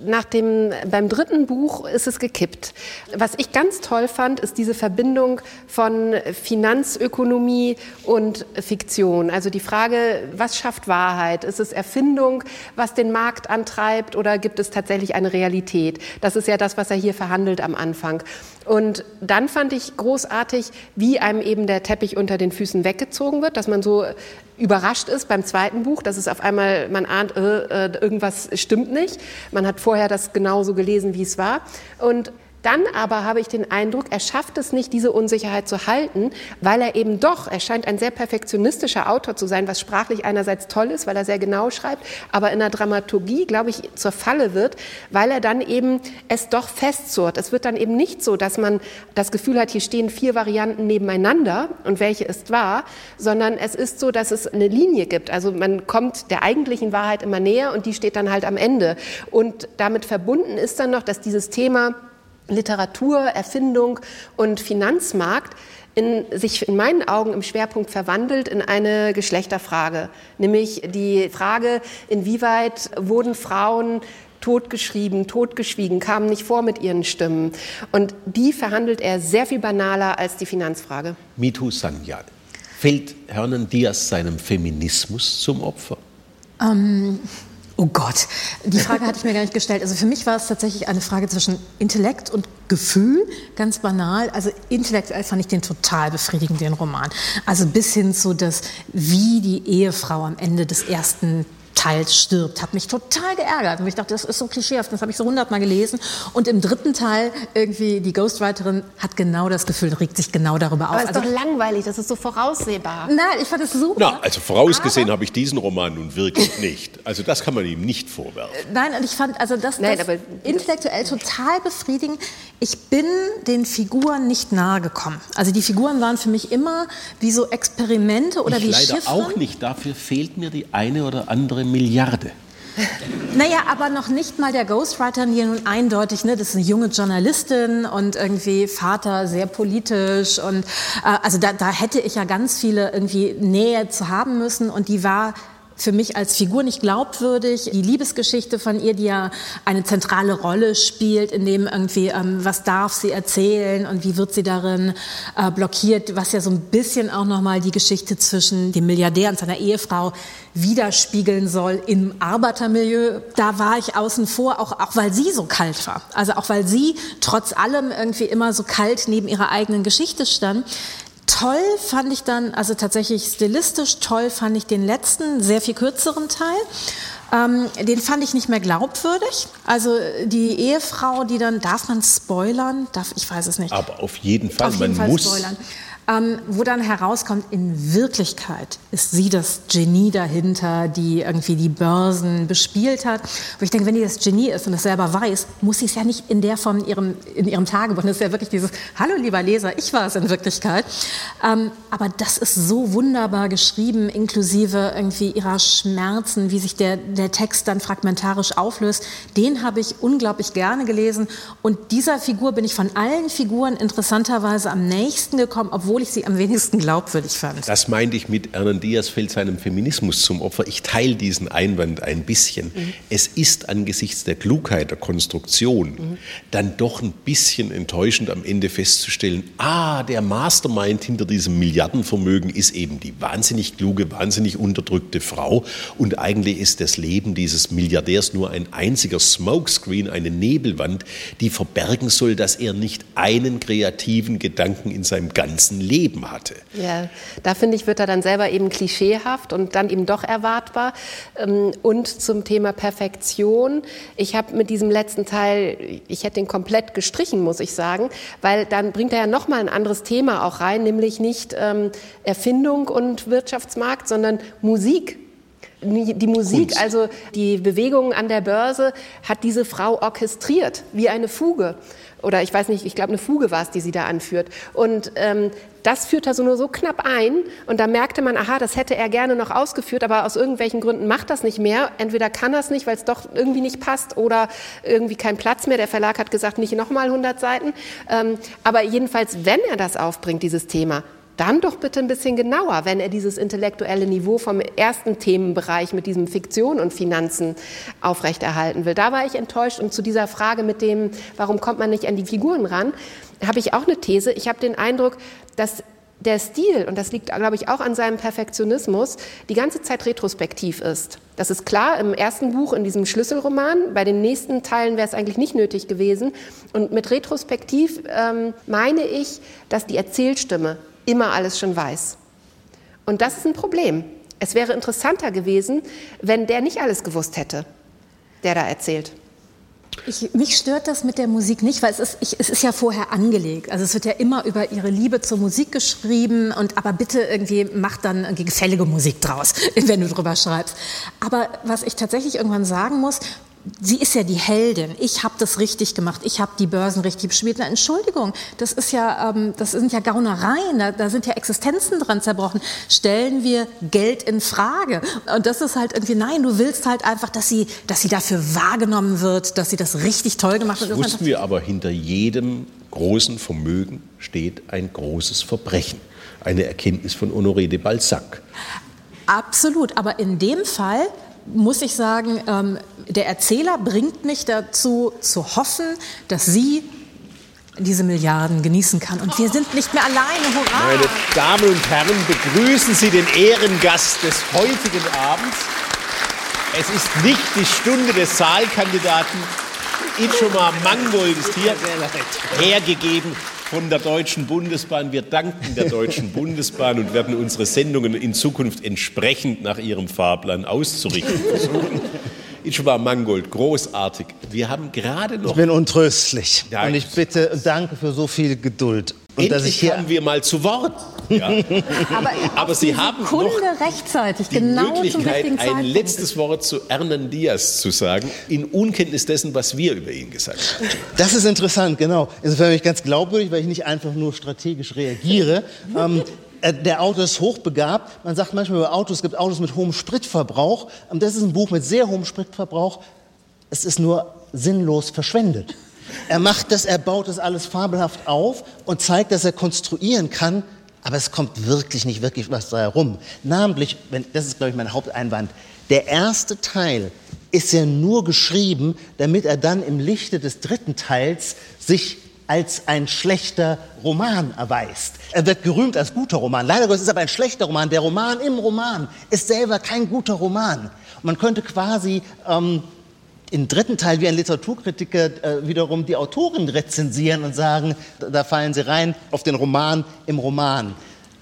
beim dritten Buch ist es gekippt. Was ich ganz toll fand, ist diese Verbindung von Finanzökonomie und Fiktion. Also die Frage, was schafft Wahrheit? Ist es Erfindung, was den Markt antreibt, oder gibt es tatsächlich eine Realität? Das ist ja das, was er hier verhandelt am Anfang. Und dann fand ich großartig, wie einem eben der Teppich unter den Füßen weggezogen wird, dass man so überrascht ist beim zweiten Buch, dass es auf einmal, man ahnt, irgendwas stimmt nicht. Man hat vorher das genauso gelesen, wie es war. Und dann aber habe ich den Eindruck, er schafft es nicht, diese Unsicherheit zu halten, weil er scheint ein sehr perfektionistischer Autor zu sein, was sprachlich einerseits toll ist, weil er sehr genau schreibt, aber in der Dramaturgie, glaube ich, zur Falle wird, weil er dann eben es doch festzurrt. Es wird dann eben nicht so, dass man das Gefühl hat, hier stehen 4 Varianten nebeneinander und welche ist wahr, sondern es ist so, dass es eine Linie gibt. Also man kommt der eigentlichen Wahrheit immer näher und die steht dann halt am Ende. Und damit verbunden ist dann noch, dass dieses Thema Literatur, Erfindung und Finanzmarkt sich in meinen Augen im Schwerpunkt verwandelt in eine Geschlechterfrage, nämlich die Frage, inwieweit wurden Frauen totgeschrieben, totgeschwiegen, kamen nicht vor mit ihren Stimmen. Und die verhandelt er sehr viel banaler als die Finanzfrage. Mitu Sanyal. Fällt Hernán Diaz seinem Feminismus zum Opfer? Oh Gott, die Frage hatte ich mir gar nicht gestellt. Also für mich war es tatsächlich eine Frage zwischen Intellekt und Gefühl, ganz banal. Also intellektuell fand ich den total befriedigend, den Roman. Also bis hin zu wie die Ehefrau am Ende des ersten Teils stirbt, hat mich total geärgert. Und ich dachte, das ist so klischeehaft, das habe ich so 100-mal gelesen. Und im dritten Teil irgendwie die Ghostwriterin hat genau das Gefühl, regt sich genau darüber auf. Aber es ist doch langweilig, das ist so voraussehbar. Nein, ich fand es super. Na, also vorausgesehen habe ich diesen Roman nun wirklich nicht. Also das kann man ihm nicht vorwerfen. Nein, und ich fand also das intellektuell total befriedigend. Ich bin den Figuren nicht nahe gekommen. Also die Figuren waren für mich immer wie so Experimente oder wie Chiffren. Ich leider auch nicht. Dafür fehlt mir die eine oder andere Milliarde. Naja, aber noch nicht mal der Ghostwriter, die nun eindeutig, ne, das ist eine junge Journalistin und irgendwie Vater sehr politisch und also da hätte ich ja ganz viele irgendwie Nähe zu haben müssen und die war für mich als Figur nicht glaubwürdig. Die Liebesgeschichte von ihr, die ja eine zentrale Rolle spielt, in dem irgendwie, was darf sie erzählen und wie wird sie darin blockiert, was ja so ein bisschen auch nochmal die Geschichte zwischen dem Milliardär und seiner Ehefrau widerspiegeln soll im Arbeitermilieu. Da war ich außen vor, auch weil sie so kalt war. Also auch weil sie trotz allem irgendwie immer so kalt neben ihrer eigenen Geschichte stand. Toll fand ich dann, also tatsächlich stilistisch toll fand ich den letzten, sehr viel kürzeren Teil. Den fand ich nicht mehr glaubwürdig. Also die Ehefrau, die dann, darf man spoilern? Ich weiß es nicht. Aber auf jeden Fall, auf jeden man Fall muss spoilern. Wo dann herauskommt, in Wirklichkeit ist sie das Genie dahinter, die irgendwie die Börsen bespielt hat. Wo ich denke, wenn die das Genie ist und das selber weiß, muss sie es ja nicht in der Form in ihrem Tagebuch. Das ist ja wirklich dieses, hallo lieber Leser, ich war es in Wirklichkeit. Aber das ist so wunderbar geschrieben, inklusive irgendwie ihrer Schmerzen, wie sich der Text dann fragmentarisch auflöst. Den habe ich unglaublich gerne gelesen. Und dieser Figur bin ich von allen Figuren interessanterweise am nächsten gekommen, obwohl ich sie am wenigsten glaubwürdig fand. Das meinte ich mit Hernan Diaz fällt seinem Feminismus zum Opfer. Ich teile diesen Einwand ein bisschen. Es ist angesichts der Klugheit der Konstruktion dann doch ein bisschen enttäuschend am Ende festzustellen, der Mastermind hinter diesem Milliardenvermögen ist eben die wahnsinnig kluge, wahnsinnig unterdrückte Frau und eigentlich ist das Leben dieses Milliardärs nur ein einziger Smokescreen, eine Nebelwand, die verbergen soll, dass er nicht einen kreativen Gedanken in seinem ganzen Leben hatte. Ja, da finde ich, wird er dann selber eben klischeehaft und dann eben doch erwartbar. Und zum Thema Perfektion. Ich habe mit diesem letzten Teil, ich hätte ihn komplett gestrichen, muss ich sagen, weil dann bringt er ja nochmal ein anderes Thema auch rein, nämlich nicht Erfindung und Wirtschaftsmarkt, sondern Musik. Die Musik, Kunst. Also die Bewegungen an der Börse hat diese Frau orchestriert, wie eine Fuge. Oder ich weiß nicht, ich glaube eine Fuge war es, die sie da anführt. Und das führt er nur so knapp ein. Und da merkte man, das hätte er gerne noch ausgeführt, aber aus irgendwelchen Gründen macht das nicht mehr. Entweder kann er es nicht, weil es doch irgendwie nicht passt oder irgendwie kein Platz mehr. Der Verlag hat gesagt, nicht nochmal 100 Seiten. Aber jedenfalls, wenn er das aufbringt, dieses Thema, dann doch bitte ein bisschen genauer, wenn er dieses intellektuelle Niveau vom ersten Themenbereich mit diesem Fiktion und Finanzen aufrechterhalten will. Da war ich enttäuscht. Und zu dieser Frage mit dem, warum kommt man nicht an die Figuren ran, habe ich auch eine These. Ich habe den Eindruck, dass der Stil, und das liegt, glaube ich, auch an seinem Perfektionismus, die ganze Zeit retrospektiv ist. Das ist klar im ersten Buch, in diesem Schlüsselroman. Bei den nächsten Teilen wäre es eigentlich nicht nötig gewesen. Und mit retrospektiv meine ich, dass die Erzählstimme immer alles schon weiß. Und das ist ein Problem. Es wäre interessanter gewesen, wenn der nicht alles gewusst hätte, der da erzählt. Mich stört das mit der Musik nicht, weil es ist ja vorher angelegt. Also es wird ja immer über ihre Liebe zur Musik geschrieben aber bitte irgendwie mach dann irgendwie gefällige Musik draus, wenn du drüber schreibst. Aber was ich tatsächlich irgendwann sagen muss, sie ist ja die Heldin. Ich habe das richtig gemacht. Ich habe die Börsen richtig bespielt. Na, Entschuldigung, das sind ja Gaunereien. Da sind ja Existenzen dran zerbrochen. Stellen wir Geld in Frage. Und das ist halt irgendwie, nein, du willst halt einfach, dass sie dafür wahrgenommen wird, dass sie das richtig toll gemacht hat. Das wussten wir aber, hinter jedem großen Vermögen steht ein großes Verbrechen. Eine Erkenntnis von Honoré de Balzac. Absolut, aber in dem Fall muss ich sagen, der Erzähler bringt mich dazu, zu hoffen, dass sie diese Milliarden genießen kann. Und wir sind nicht mehr alleine. Hurra! Meine Damen und Herren, begrüßen Sie den Ehrengast des heutigen Abends. Es ist nicht die Stunde des Saalkandidaten. Itschomar Mangold ist hier hergegeben von der Deutschen Bundesbahn. Wir danken der Deutschen Bundesbahn und werden unsere Sendungen in Zukunft entsprechend nach ihrem Fahrplan auszurichten versuchen. Itschomar Mangold, großartig. Wir haben gerade noch... Ich bin untröstlich. Ja, und ich bitte und danke für so viel Geduld. Und endlich kommen wir mal zu Wort. Ja. Aber Sie haben noch rechtzeitig, die genau Möglichkeit, ein letztes Wort zu Hernan Diaz zu sagen, in Unkenntnis dessen, was wir über ihn gesagt haben. Das ist interessant, genau. Es ist für mich ganz glaubwürdig, weil ich nicht einfach nur strategisch reagiere. Der Autor ist hochbegabt. Man sagt manchmal über Autos, es gibt Autos mit hohem Spritverbrauch. Das ist ein Buch mit sehr hohem Spritverbrauch. Es ist nur sinnlos verschwendet. Er baut das alles fabelhaft auf und zeigt, dass er konstruieren kann, aber es kommt nicht wirklich was da herum. Namentlich, das ist, glaube ich, mein Haupteinwand, der erste Teil ist ja nur geschrieben, damit er dann im Lichte des dritten Teils sich als ein schlechter Roman erweist. Er wird gerühmt als guter Roman. Leider ist es aber ein schlechter Roman. Der Roman im Roman ist selber kein guter Roman. Und man könnte quasi im dritten Teil wie ein Literaturkritiker wiederum die Autorin rezensieren und sagen, da fallen sie rein auf den Roman im Roman.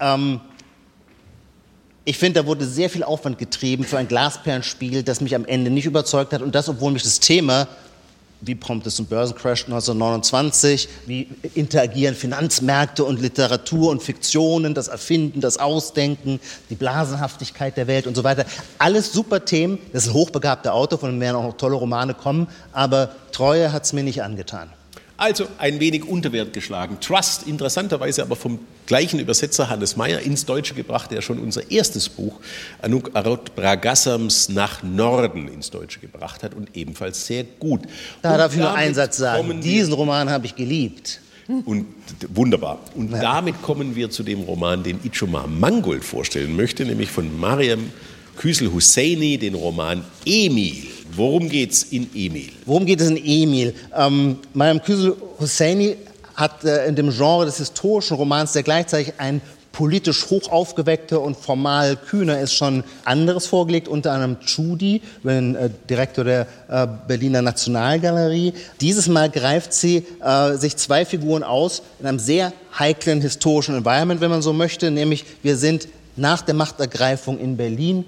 Ich finde, da wurde sehr viel Aufwand getrieben für ein Glasperlenspiel, das mich am Ende nicht überzeugt hat. Und das, obwohl mich das Thema, wie kommt es zum Börsencrash 1929, wie interagieren Finanzmärkte und Literatur und Fiktionen, das Erfinden, das Ausdenken, die Blasenhaftigkeit der Welt und so weiter. Alles super Themen. Das ist ein hochbegabter Autor, von dem werden auch noch tolle Romane kommen. Aber Treue hat es mir nicht angetan. Also ein wenig unter Wert geschlagen. Trust, interessanterweise aber vom gleichen Übersetzer Hannes Meyer ins Deutsche gebracht, der schon unser erstes Buch, Anouk Arot-Bragassams Nach Norden, ins Deutsche gebracht hat und ebenfalls sehr gut. Da darf ich nur einen Satz sagen. Diesen Roman habe ich geliebt. Und wunderbar. Und damit kommen wir zu dem Roman, den Icomar Mangold vorstellen möchte, nämlich von Mariam Küsel-Husseini, den Roman Emil. Worum geht's in Emil? Worum geht es in Emil? Mariam Küsel-Husseini hat in dem Genre des historischen Romans, der gleichzeitig ein politisch hoch aufgeweckter und formal kühner ist, schon anderes vorgelegt, unter anderem Tschudi, den Direktor der Berliner Nationalgalerie. Dieses Mal greift sie sich zwei Figuren aus in einem sehr heiklen historischen Environment, wenn man so möchte, nämlich wir sind nach der Machtergreifung in Berlin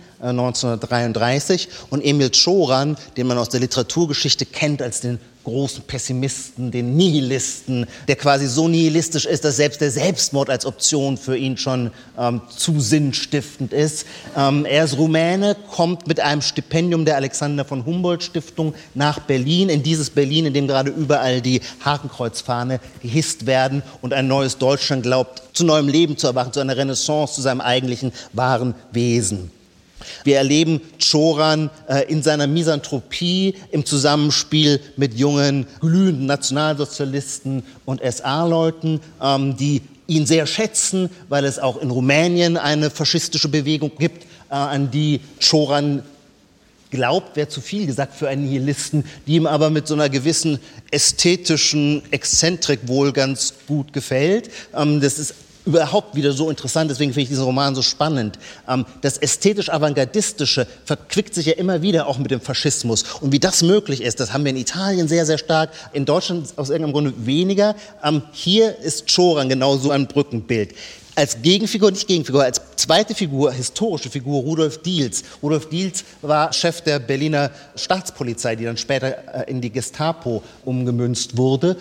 1933 und Emil Cioran, den man aus der Literaturgeschichte kennt als den großen Pessimisten, den Nihilisten, der quasi so nihilistisch ist, dass selbst der Selbstmord als Option für ihn schon zu sinnstiftend ist. Er ist Rumäne, kommt mit einem Stipendium der Alexander von Humboldt Stiftung nach Berlin, in dieses Berlin, in dem gerade überall die Hakenkreuzfahne gehisst werden und ein neues Deutschland glaubt, zu neuem Leben zu erwachen, zu einer Renaissance, zu seinem eigentlichen wahren Wesen. Wir erleben Cioran in seiner Misanthropie im Zusammenspiel mit jungen, glühenden Nationalsozialisten und SA-Leuten, die ihn sehr schätzen, weil es auch in Rumänien eine faschistische Bewegung gibt, an die Cioran glaubt, wäre zu viel gesagt für einen Nihilisten, die ihm aber mit so einer gewissen ästhetischen Exzentrik wohl ganz gut gefällt. Das ist überhaupt wieder so interessant, deswegen finde ich diesen Roman so spannend. Das ästhetisch-avantgardistische verquickt sich ja immer wieder auch mit dem Faschismus. Und wie das möglich ist, das haben wir in Italien sehr, sehr stark, in Deutschland aus irgendeinem Grunde weniger. Hier ist Cioran genau so ein Brückenbild. Als Gegenfigur, nicht Gegenfigur, als zweite Figur, historische Figur, Rudolf Diels. Rudolf Diels war Chef der Berliner Staatspolizei, die dann später in die Gestapo umgemünzt wurde.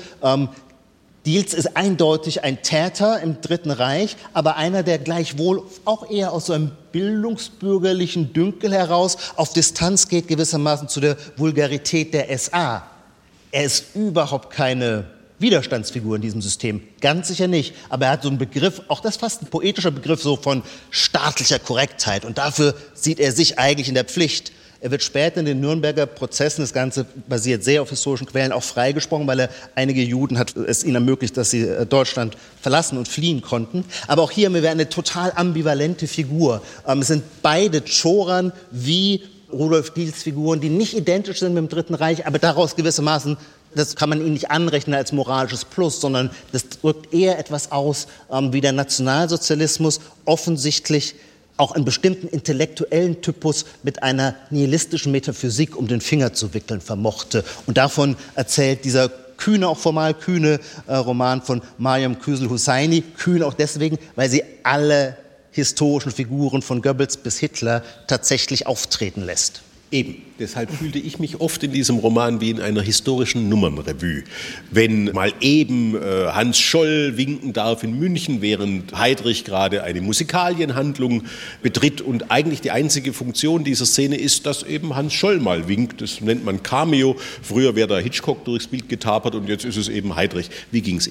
Diels ist eindeutig ein Täter im Dritten Reich, aber einer, der gleichwohl auch eher aus so einem bildungsbürgerlichen Dünkel heraus auf Distanz geht, gewissermaßen zu der Vulgarität der SA. Er ist überhaupt keine Widerstandsfigur in diesem System, ganz sicher nicht, aber er hat so einen Begriff, auch das ist fast ein poetischer Begriff, so von staatlicher Korrektheit und dafür sieht er sich eigentlich in der Pflicht. Er wird später in den Nürnberger Prozessen, das Ganze basiert sehr auf historischen Quellen, auch freigesprochen, weil er einige Juden hat es ihnen ermöglicht, dass sie Deutschland verlassen und fliehen konnten. Aber auch hier haben wir eine total ambivalente Figur. Es sind beide Cioran wie Rudolf Diels Figuren, die nicht identisch sind mit dem Dritten Reich, aber daraus gewissermaßen, das kann man ihnen nicht anrechnen als moralisches Plus, sondern das drückt eher etwas aus, wie der Nationalsozialismus offensichtlich auch einen bestimmten intellektuellen Typus mit einer nihilistischen Metaphysik um den Finger zu wickeln vermochte. Und davon erzählt dieser kühne, auch formal kühne Roman von Mariam Küsel-Husseini. Kühn auch deswegen, weil sie alle historischen Figuren von Goebbels bis Hitler tatsächlich auftreten lässt. Eben, deshalb fühlte ich mich oft in diesem Roman wie in einer historischen Nummernrevue. Wenn mal eben Hans Scholl winken darf in München, während Heydrich gerade eine Musikalienhandlung betritt und eigentlich die einzige Funktion dieser Szene ist, dass eben Hans Scholl mal winkt. Das nennt man Cameo. Früher wäre da Hitchcock durchs Bild getapert und jetzt ist es eben Heydrich. Wie ging es Ihnen?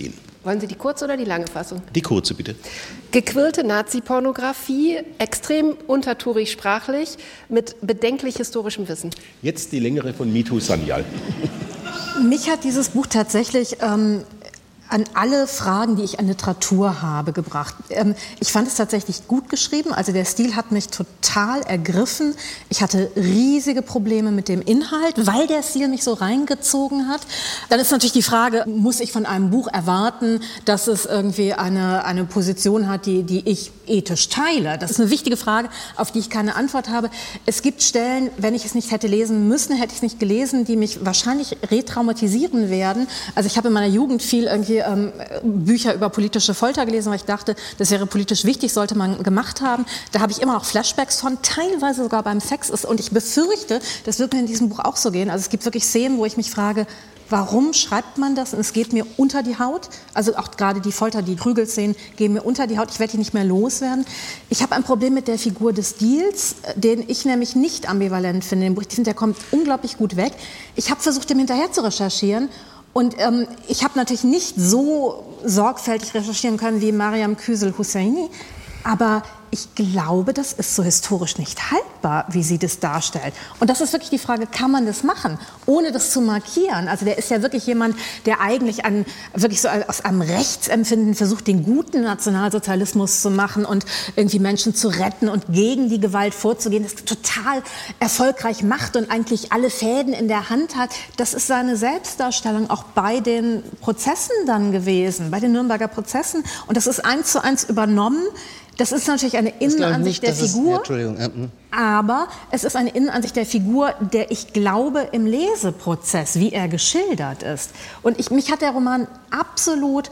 Wollen Sie die kurze oder die lange Fassung? Die kurze, bitte. Gequirlte Nazi-Pornografie, extrem untertourig sprachlich, mit bedenklich historischem Wissen. Jetzt die längere von Mitu Sanyal. Mich hat dieses Buch tatsächlich an alle Fragen, die ich an Literatur habe, gebracht. Ich fand es tatsächlich gut geschrieben, also der Stil hat mich total ergriffen. Ich hatte riesige Probleme mit dem Inhalt, weil der Stil mich so reingezogen hat. Dann ist natürlich die Frage, muss ich von einem Buch erwarten, dass es irgendwie eine Position hat, die ich ethisch teile? Das ist eine wichtige Frage, auf die ich keine Antwort habe. Es gibt Stellen, wenn ich es nicht hätte lesen müssen, hätte ich es nicht gelesen, die mich wahrscheinlich retraumatisieren werden. Also ich habe in meiner Jugend viel irgendwie Bücher über politische Folter gelesen, weil ich dachte, das wäre politisch wichtig, sollte man gemacht haben. Da habe ich immer noch Flashbacks von, teilweise sogar beim Sex. Und ich befürchte, das wird mir in diesem Buch auch so gehen. Also es gibt wirklich Szenen, wo ich mich frage, warum schreibt man das? Und es geht mir unter die Haut. Also auch gerade die Folter, die Prügelszenen gehen mir unter die Haut. Ich werde die nicht mehr loswerden. Ich habe ein Problem mit der Figur des Diels, den ich nämlich nicht ambivalent finde. Ich finde, der kommt unglaublich gut weg. Ich habe versucht, dem hinterher zu recherchieren. Und ich habe natürlich nicht so sorgfältig recherchieren können wie Mariam Küsel-Husseini, aber ich glaube, das ist so historisch nicht haltbar, wie sie das darstellt. Und das ist wirklich die Frage, kann man das machen, ohne das zu markieren? Also der ist ja wirklich jemand, der eigentlich wirklich so aus einem Rechtsempfinden versucht, den guten Nationalsozialismus zu machen und irgendwie Menschen zu retten und gegen die Gewalt vorzugehen, das total erfolgreich macht und eigentlich alle Fäden in der Hand hat. Das ist seine Selbstdarstellung auch bei den Prozessen dann gewesen, bei den Nürnberger Prozessen. Und das ist 1:1 übernommen. Das ist natürlich eine Innenansicht der Figur, aber es ist eine Innenansicht der Figur, der ich glaube im Leseprozess, wie er geschildert ist. Und mich hat der Roman absolut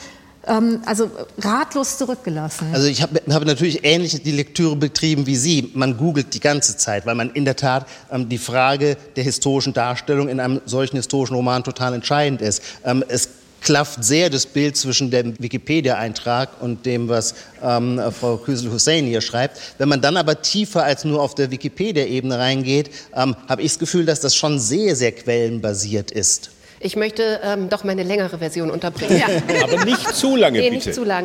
ratlos zurückgelassen. Also ich habe natürlich ähnlich die Lektüre betrieben wie Sie. Man googelt die ganze Zeit, weil man in der Tat die Frage der historischen Darstellung in einem solchen historischen Roman total entscheidend ist. Es klafft sehr das Bild zwischen dem Wikipedia-Eintrag und dem, was Frau Küsel-Husseini hier schreibt. Wenn man dann aber tiefer als nur auf der Wikipedia-Ebene reingeht, habe ich das Gefühl, dass das schon sehr, sehr quellenbasiert ist. Ich möchte doch meine längere Version unterbringen. Ja. Aber nicht zu lange, bitte. Nicht zu lang.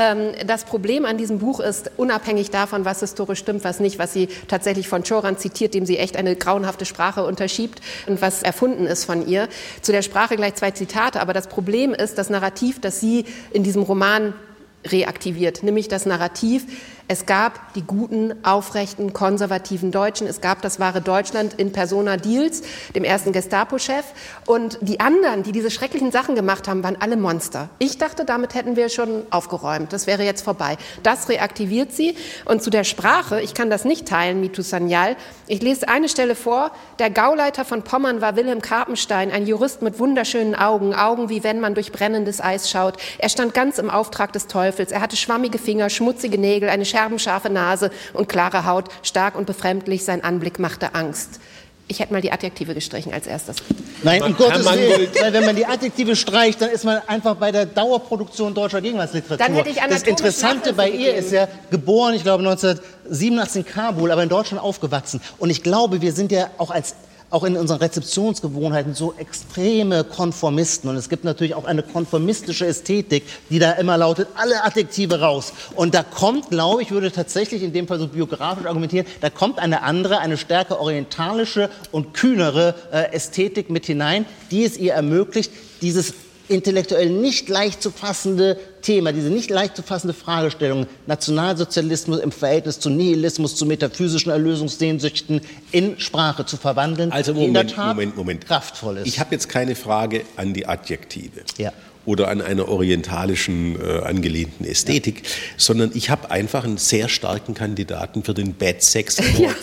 Das Problem an diesem Buch ist, unabhängig davon, was historisch stimmt, was nicht, was sie tatsächlich von Cioran zitiert, dem sie echt eine grauenhafte Sprache unterschiebt und was erfunden ist von ihr. Zu der Sprache gleich 2 Zitate, aber das Problem ist das Narrativ, das sie in diesem Roman reaktiviert, nämlich das Narrativ, es gab die guten, aufrechten, konservativen Deutschen, es gab das wahre Deutschland in persona Diels, dem ersten Gestapo-Chef, und die anderen, die diese schrecklichen Sachen gemacht haben, waren alle Monster. Ich dachte, damit hätten wir schon aufgeräumt, das wäre jetzt vorbei. Das reaktiviert sie, und zu der Sprache, ich kann das nicht teilen, Mitu Sanyal, ich lese eine Stelle vor, der Gauleiter von Pommern war Wilhelm Karpenstein, ein Jurist mit wunderschönen Augen, Augen wie wenn man durch brennendes Eis schaut. Er stand ganz im Auftrag des Teufels, er hatte schwammige Finger, schmutzige Nägel, eine scherbenscharfe Nase und klare Haut, stark und befremdlich, sein Anblick machte Angst. Ich hätte mal die Adjektive gestrichen als erstes. Nein, um Gottes Willen, weil wenn man die Adjektive streicht, dann ist man einfach bei der Dauerproduktion deutscher Gegenwartsliteratur. Dann hätte ich das Interessante bei ihr ist ja, geboren, ich glaube 1987 in Kabul, aber in Deutschland aufgewachsen. Und ich glaube, wir sind ja auch in unseren Rezeptionsgewohnheiten so extreme Konformisten. Und es gibt natürlich auch eine konformistische Ästhetik, die da immer lautet, alle Adjektive raus. Und da kommt, glaube ich, würde tatsächlich in dem Fall so biografisch argumentieren, da kommt eine andere, eine stärker orientalische und kühnere Ästhetik mit hinein, die es ihr ermöglicht, dieses intellektuell nicht leicht zu fassende Thema, diese nicht leicht zu fassende Fragestellung, Nationalsozialismus im Verhältnis zu Nihilismus, zu metaphysischen Erlösungssehnsüchten in Sprache zu verwandeln, also die in der Tat Moment. kraftvoll ist. Ich habe jetzt keine Frage an die Adjektive. Ja. Oder an einer orientalischen angelehnten Ästhetik, sondern ich habe einfach einen sehr starken Kandidaten für den Bad Sex Award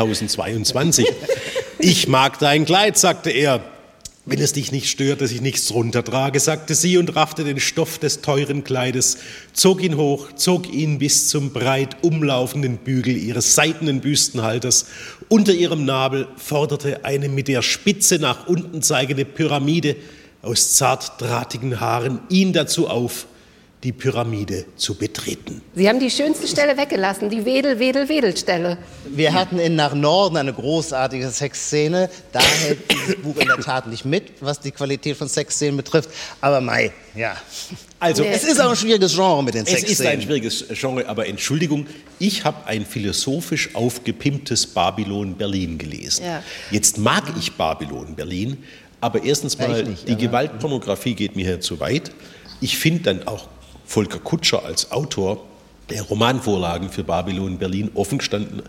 2022. Ich mag dein Kleid, sagte er. Wenn es dich nicht stört, dass ich nichts runtertrage, sagte sie und raffte den Stoff des teuren Kleides, zog ihn hoch, zog ihn bis zum breit umlaufenden Bügel ihres seidenen Büstenhalters. Unter ihrem Nabel forderte eine mit der Spitze nach unten zeigende Pyramide aus zart drahtigen Haaren ihn dazu auf, die Pyramide zu betreten. Sie haben die schönste Stelle weggelassen, die Wedel-Wedel-Wedel-Stelle. Wir hatten in Nach Norden eine großartige Sexszene. Da hält dieses Buch in der Tat nicht mit, was die Qualität von Sexszenen betrifft. Aber mei, ja. Also, Es ist auch ein schwieriges Genre mit den Sexszenen. Es ist ein schwieriges Genre, aber Entschuldigung, ich habe ein philosophisch aufgepimptes Babylon Berlin gelesen. Ja. Jetzt mag ich Babylon Berlin, aber erstens mal, die Gewaltpornografie geht mir hier zu weit. Ich finde dann auch Volker Kutscher als Autor der Romanvorlagen für Babylon Berlin offen gestanden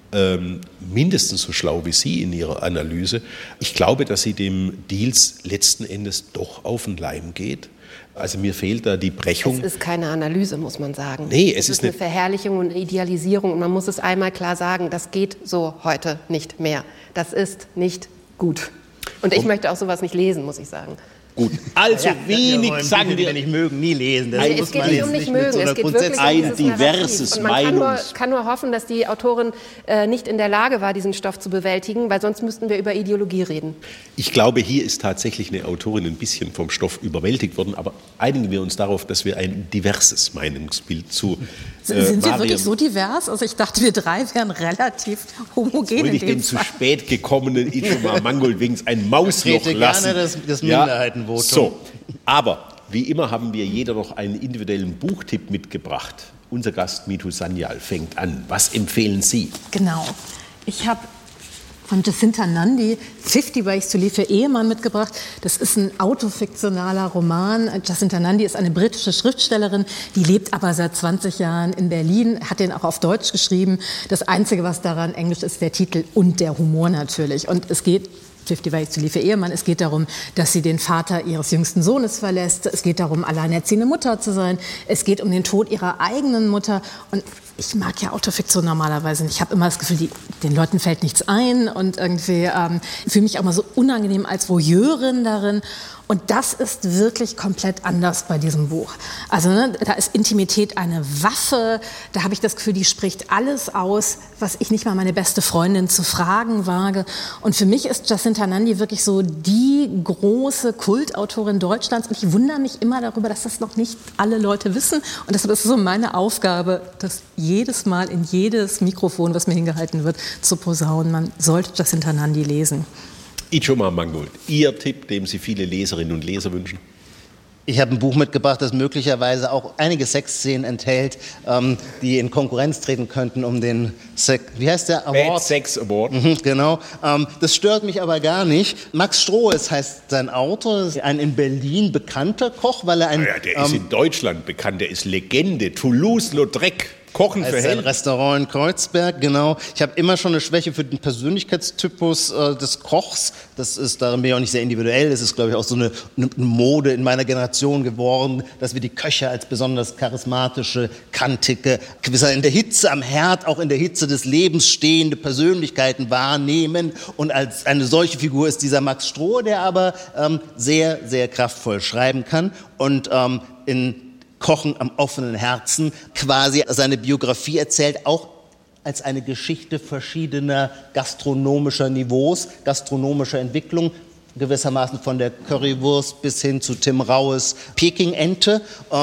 mindestens so schlau wie Sie in Ihrer Analyse. Ich glaube, dass sie dem Deals letzten Endes doch auf den Leim geht. Also mir fehlt da die Brechung. Es ist keine Analyse, muss man sagen. Nee, es ist eine Verherrlichung und eine Idealisierung. Und man muss es einmal klar sagen, das geht so heute nicht mehr. Das ist nicht gut. Und ich möchte auch sowas nicht lesen, muss ich sagen. Gut, also wenig sagen wir. Die wir nicht mögen, nie lesen. Das Es geht nicht um nicht mögen, es geht wirklich um ein dieses diverses Narrativ. Und man kann nur hoffen, dass die Autorin nicht in der Lage war, diesen Stoff zu bewältigen, weil sonst müssten wir über Ideologie reden. Ich glaube, hier ist tatsächlich eine Autorin ein bisschen vom Stoff überwältigt worden, aber einigen wir uns darauf, dass wir ein diverses Meinungsbild zu Sind wir wirklich so divers? Also ich dachte, wir drei wären relativ homogen. Wollte ich dem zu spät gekommenen Ijoma Mangold wenigstens ein Mausloch lassen. Gerne das Minderheitenvotum. So, aber wie immer haben wir jeder noch einen individuellen Buchtipp mitgebracht. Unser Gast Mitu Sanyal fängt an. Was empfehlen Sie? Genau. Ich habe von Jacinta Nandi 50 Ways to Leave für Ehemann mitgebracht. Das ist ein autofiktionaler Roman. Jacinta Nandi ist eine britische Schriftstellerin, die lebt aber seit 20 Jahren in Berlin, hat den auch auf Deutsch geschrieben. Das Einzige, was daran Englisch ist, der Titel und der Humor natürlich. Und es geht 50 Ways to Leave für Ehemann. Es geht darum, dass sie den Vater ihres jüngsten Sohnes verlässt. Es geht darum, alleinerziehende Mutter zu sein. Es geht um den Tod ihrer eigenen Mutter. Und ich mag ja Autofiktion normalerweise nicht. Ich habe immer das Gefühl, den Leuten fällt nichts ein und irgendwie fühle mich auch mal so unangenehm als Voyeurin darin. Und das ist wirklich komplett anders bei diesem Buch. Also da ist Intimität eine Waffe. Da habe ich das Gefühl, die spricht alles aus, was ich nicht mal meine beste Freundin zu fragen wage. Und für mich ist Jacinta Nandi wirklich so die große Kultautorin Deutschlands. Und ich wundere mich immer darüber, dass das noch nicht alle Leute wissen. Und deshalb ist es so meine Aufgabe, das jedes Mal in jedes Mikrofon, was mir hingehalten wird, zu posaunen. Man sollte Jacinta Nandi lesen. Ijoma Mangold, Ihr Tipp, dem Sie viele Leserinnen und Leser wünschen? Ich habe ein Buch mitgebracht, das möglicherweise auch einige Sexszenen enthält, die in Konkurrenz treten könnten um den wie heißt der Award? Bad Sex Award. Genau. Das stört mich aber gar nicht. Max Strohes heißt sein Autor, das ist ein in Berlin bekannter Koch, weil er der ist in Deutschland bekannt, der ist Legende, Toulouse-Lautrec. Kochen für Hell. Ein Restaurant in Kreuzberg, genau. Ich habe immer schon eine Schwäche für den Persönlichkeitstypus des Kochs. Das ist darin bin ich auch nicht sehr individuell. Das ist, glaube ich, auch so eine Mode in meiner Generation geworden, dass wir die Köche als besonders charismatische, kantige, gewisser in der Hitze am Herd, auch in der Hitze des Lebens stehende Persönlichkeiten wahrnehmen. Und als eine solche Figur ist dieser Max Strohe, der aber sehr, sehr kraftvoll schreiben kann und in Kochen am offenen Herzen quasi seine Biografie erzählt, auch als eine Geschichte verschiedener gastronomischer Niveaus, gastronomischer Entwicklung, gewissermaßen von der Currywurst bis hin zu Tim Raues Peking-Ente.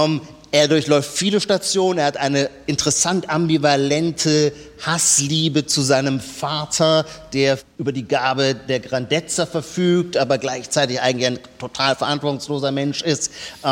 Er durchläuft viele Stationen, er hat eine interessant ambivalente Hassliebe zu seinem Vater, der über die Gabe der Grandezza verfügt, aber gleichzeitig eigentlich ein total verantwortungsloser Mensch ist.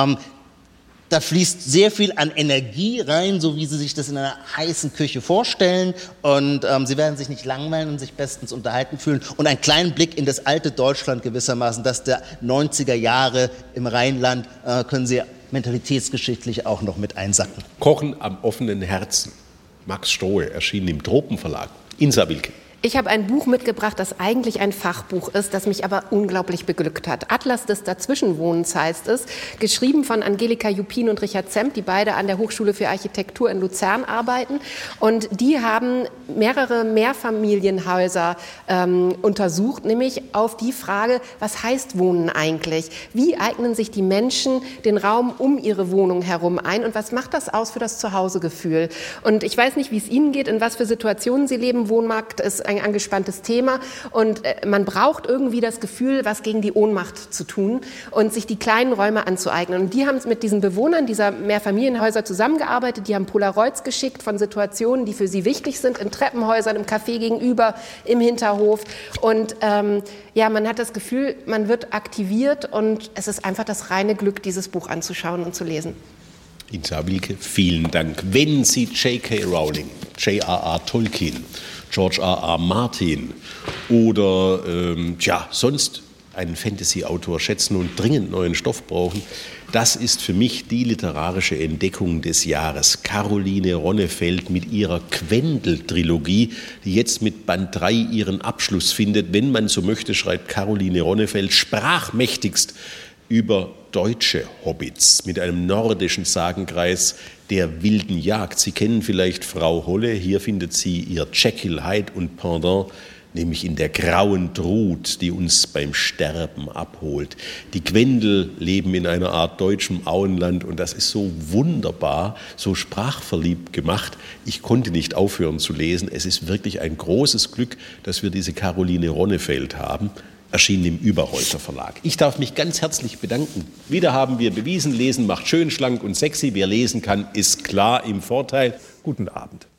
Da fließt sehr viel an Energie rein, so wie Sie sich das in einer heißen Küche vorstellen. Und Sie werden sich nicht langweilen und sich bestens unterhalten fühlen. Und einen kleinen Blick in das alte Deutschland gewissermaßen, das der 90er Jahre im Rheinland, können Sie mentalitätsgeschichtlich auch noch mit einsacken. Kochen am offenen Herzen. Max Strohe, erschienen im Tropenverlag. Insa Wilke. Ich habe ein Buch mitgebracht, das eigentlich ein Fachbuch ist, das mich aber unglaublich beglückt hat. Atlas des Dazwischenwohnens heißt es, geschrieben von Angelika Juppin und Richard Zemp, die beide an der Hochschule für Architektur in Luzern arbeiten. Und die haben mehrere Mehrfamilienhäuser untersucht, nämlich auf die Frage, was heißt Wohnen eigentlich? Wie eignen sich die Menschen den Raum um ihre Wohnung herum ein und was macht das aus für das Zuhausegefühl? Und ich weiß nicht, wie es Ihnen geht, in was für Situationen Sie leben. Wohnmarkt ist ein angespanntes Thema und man braucht irgendwie das Gefühl, was gegen die Ohnmacht zu tun und sich die kleinen Räume anzueignen. Und die haben mit diesen Bewohnern dieser Mehrfamilienhäuser zusammengearbeitet, die haben Polaroids geschickt von Situationen, die für sie wichtig sind, in Treppenhäusern, im Café gegenüber, im Hinterhof. Und man hat das Gefühl, man wird aktiviert und es ist einfach das reine Glück, dieses Buch anzuschauen und zu lesen. Insa Wilke, vielen Dank. Wenn Sie J.K. Rowling, J.R.R. Tolkien, George R.R. Martin oder sonst einen Fantasy-Autor schätzen und dringend neuen Stoff brauchen, das ist für mich die literarische Entdeckung des Jahres. Caroline Ronnefeld mit ihrer Quendel-Trilogie, die jetzt mit Band 3 ihren Abschluss findet. Wenn man so möchte, schreibt Caroline Ronnefeld sprachmächtigst über deutsche Hobbits mit einem nordischen Sagenkreis der wilden Jagd. Sie kennen vielleicht Frau Holle, hier findet sie ihr Jekyll, Hyde und Pendant, nämlich in der grauen Trud, die uns beim Sterben abholt. Die Quendel leben in einer Art deutschem Auenland und das ist so wunderbar, so sprachverliebt gemacht. Ich konnte nicht aufhören zu lesen. Es ist wirklich ein großes Glück, dass wir diese Caroline Ronnefeld haben. Erschienen im Überholzer Verlag. Ich darf mich ganz herzlich bedanken. Wieder haben wir bewiesen, Lesen macht schön, schlank und sexy. Wer lesen kann, ist klar im Vorteil. Guten Abend.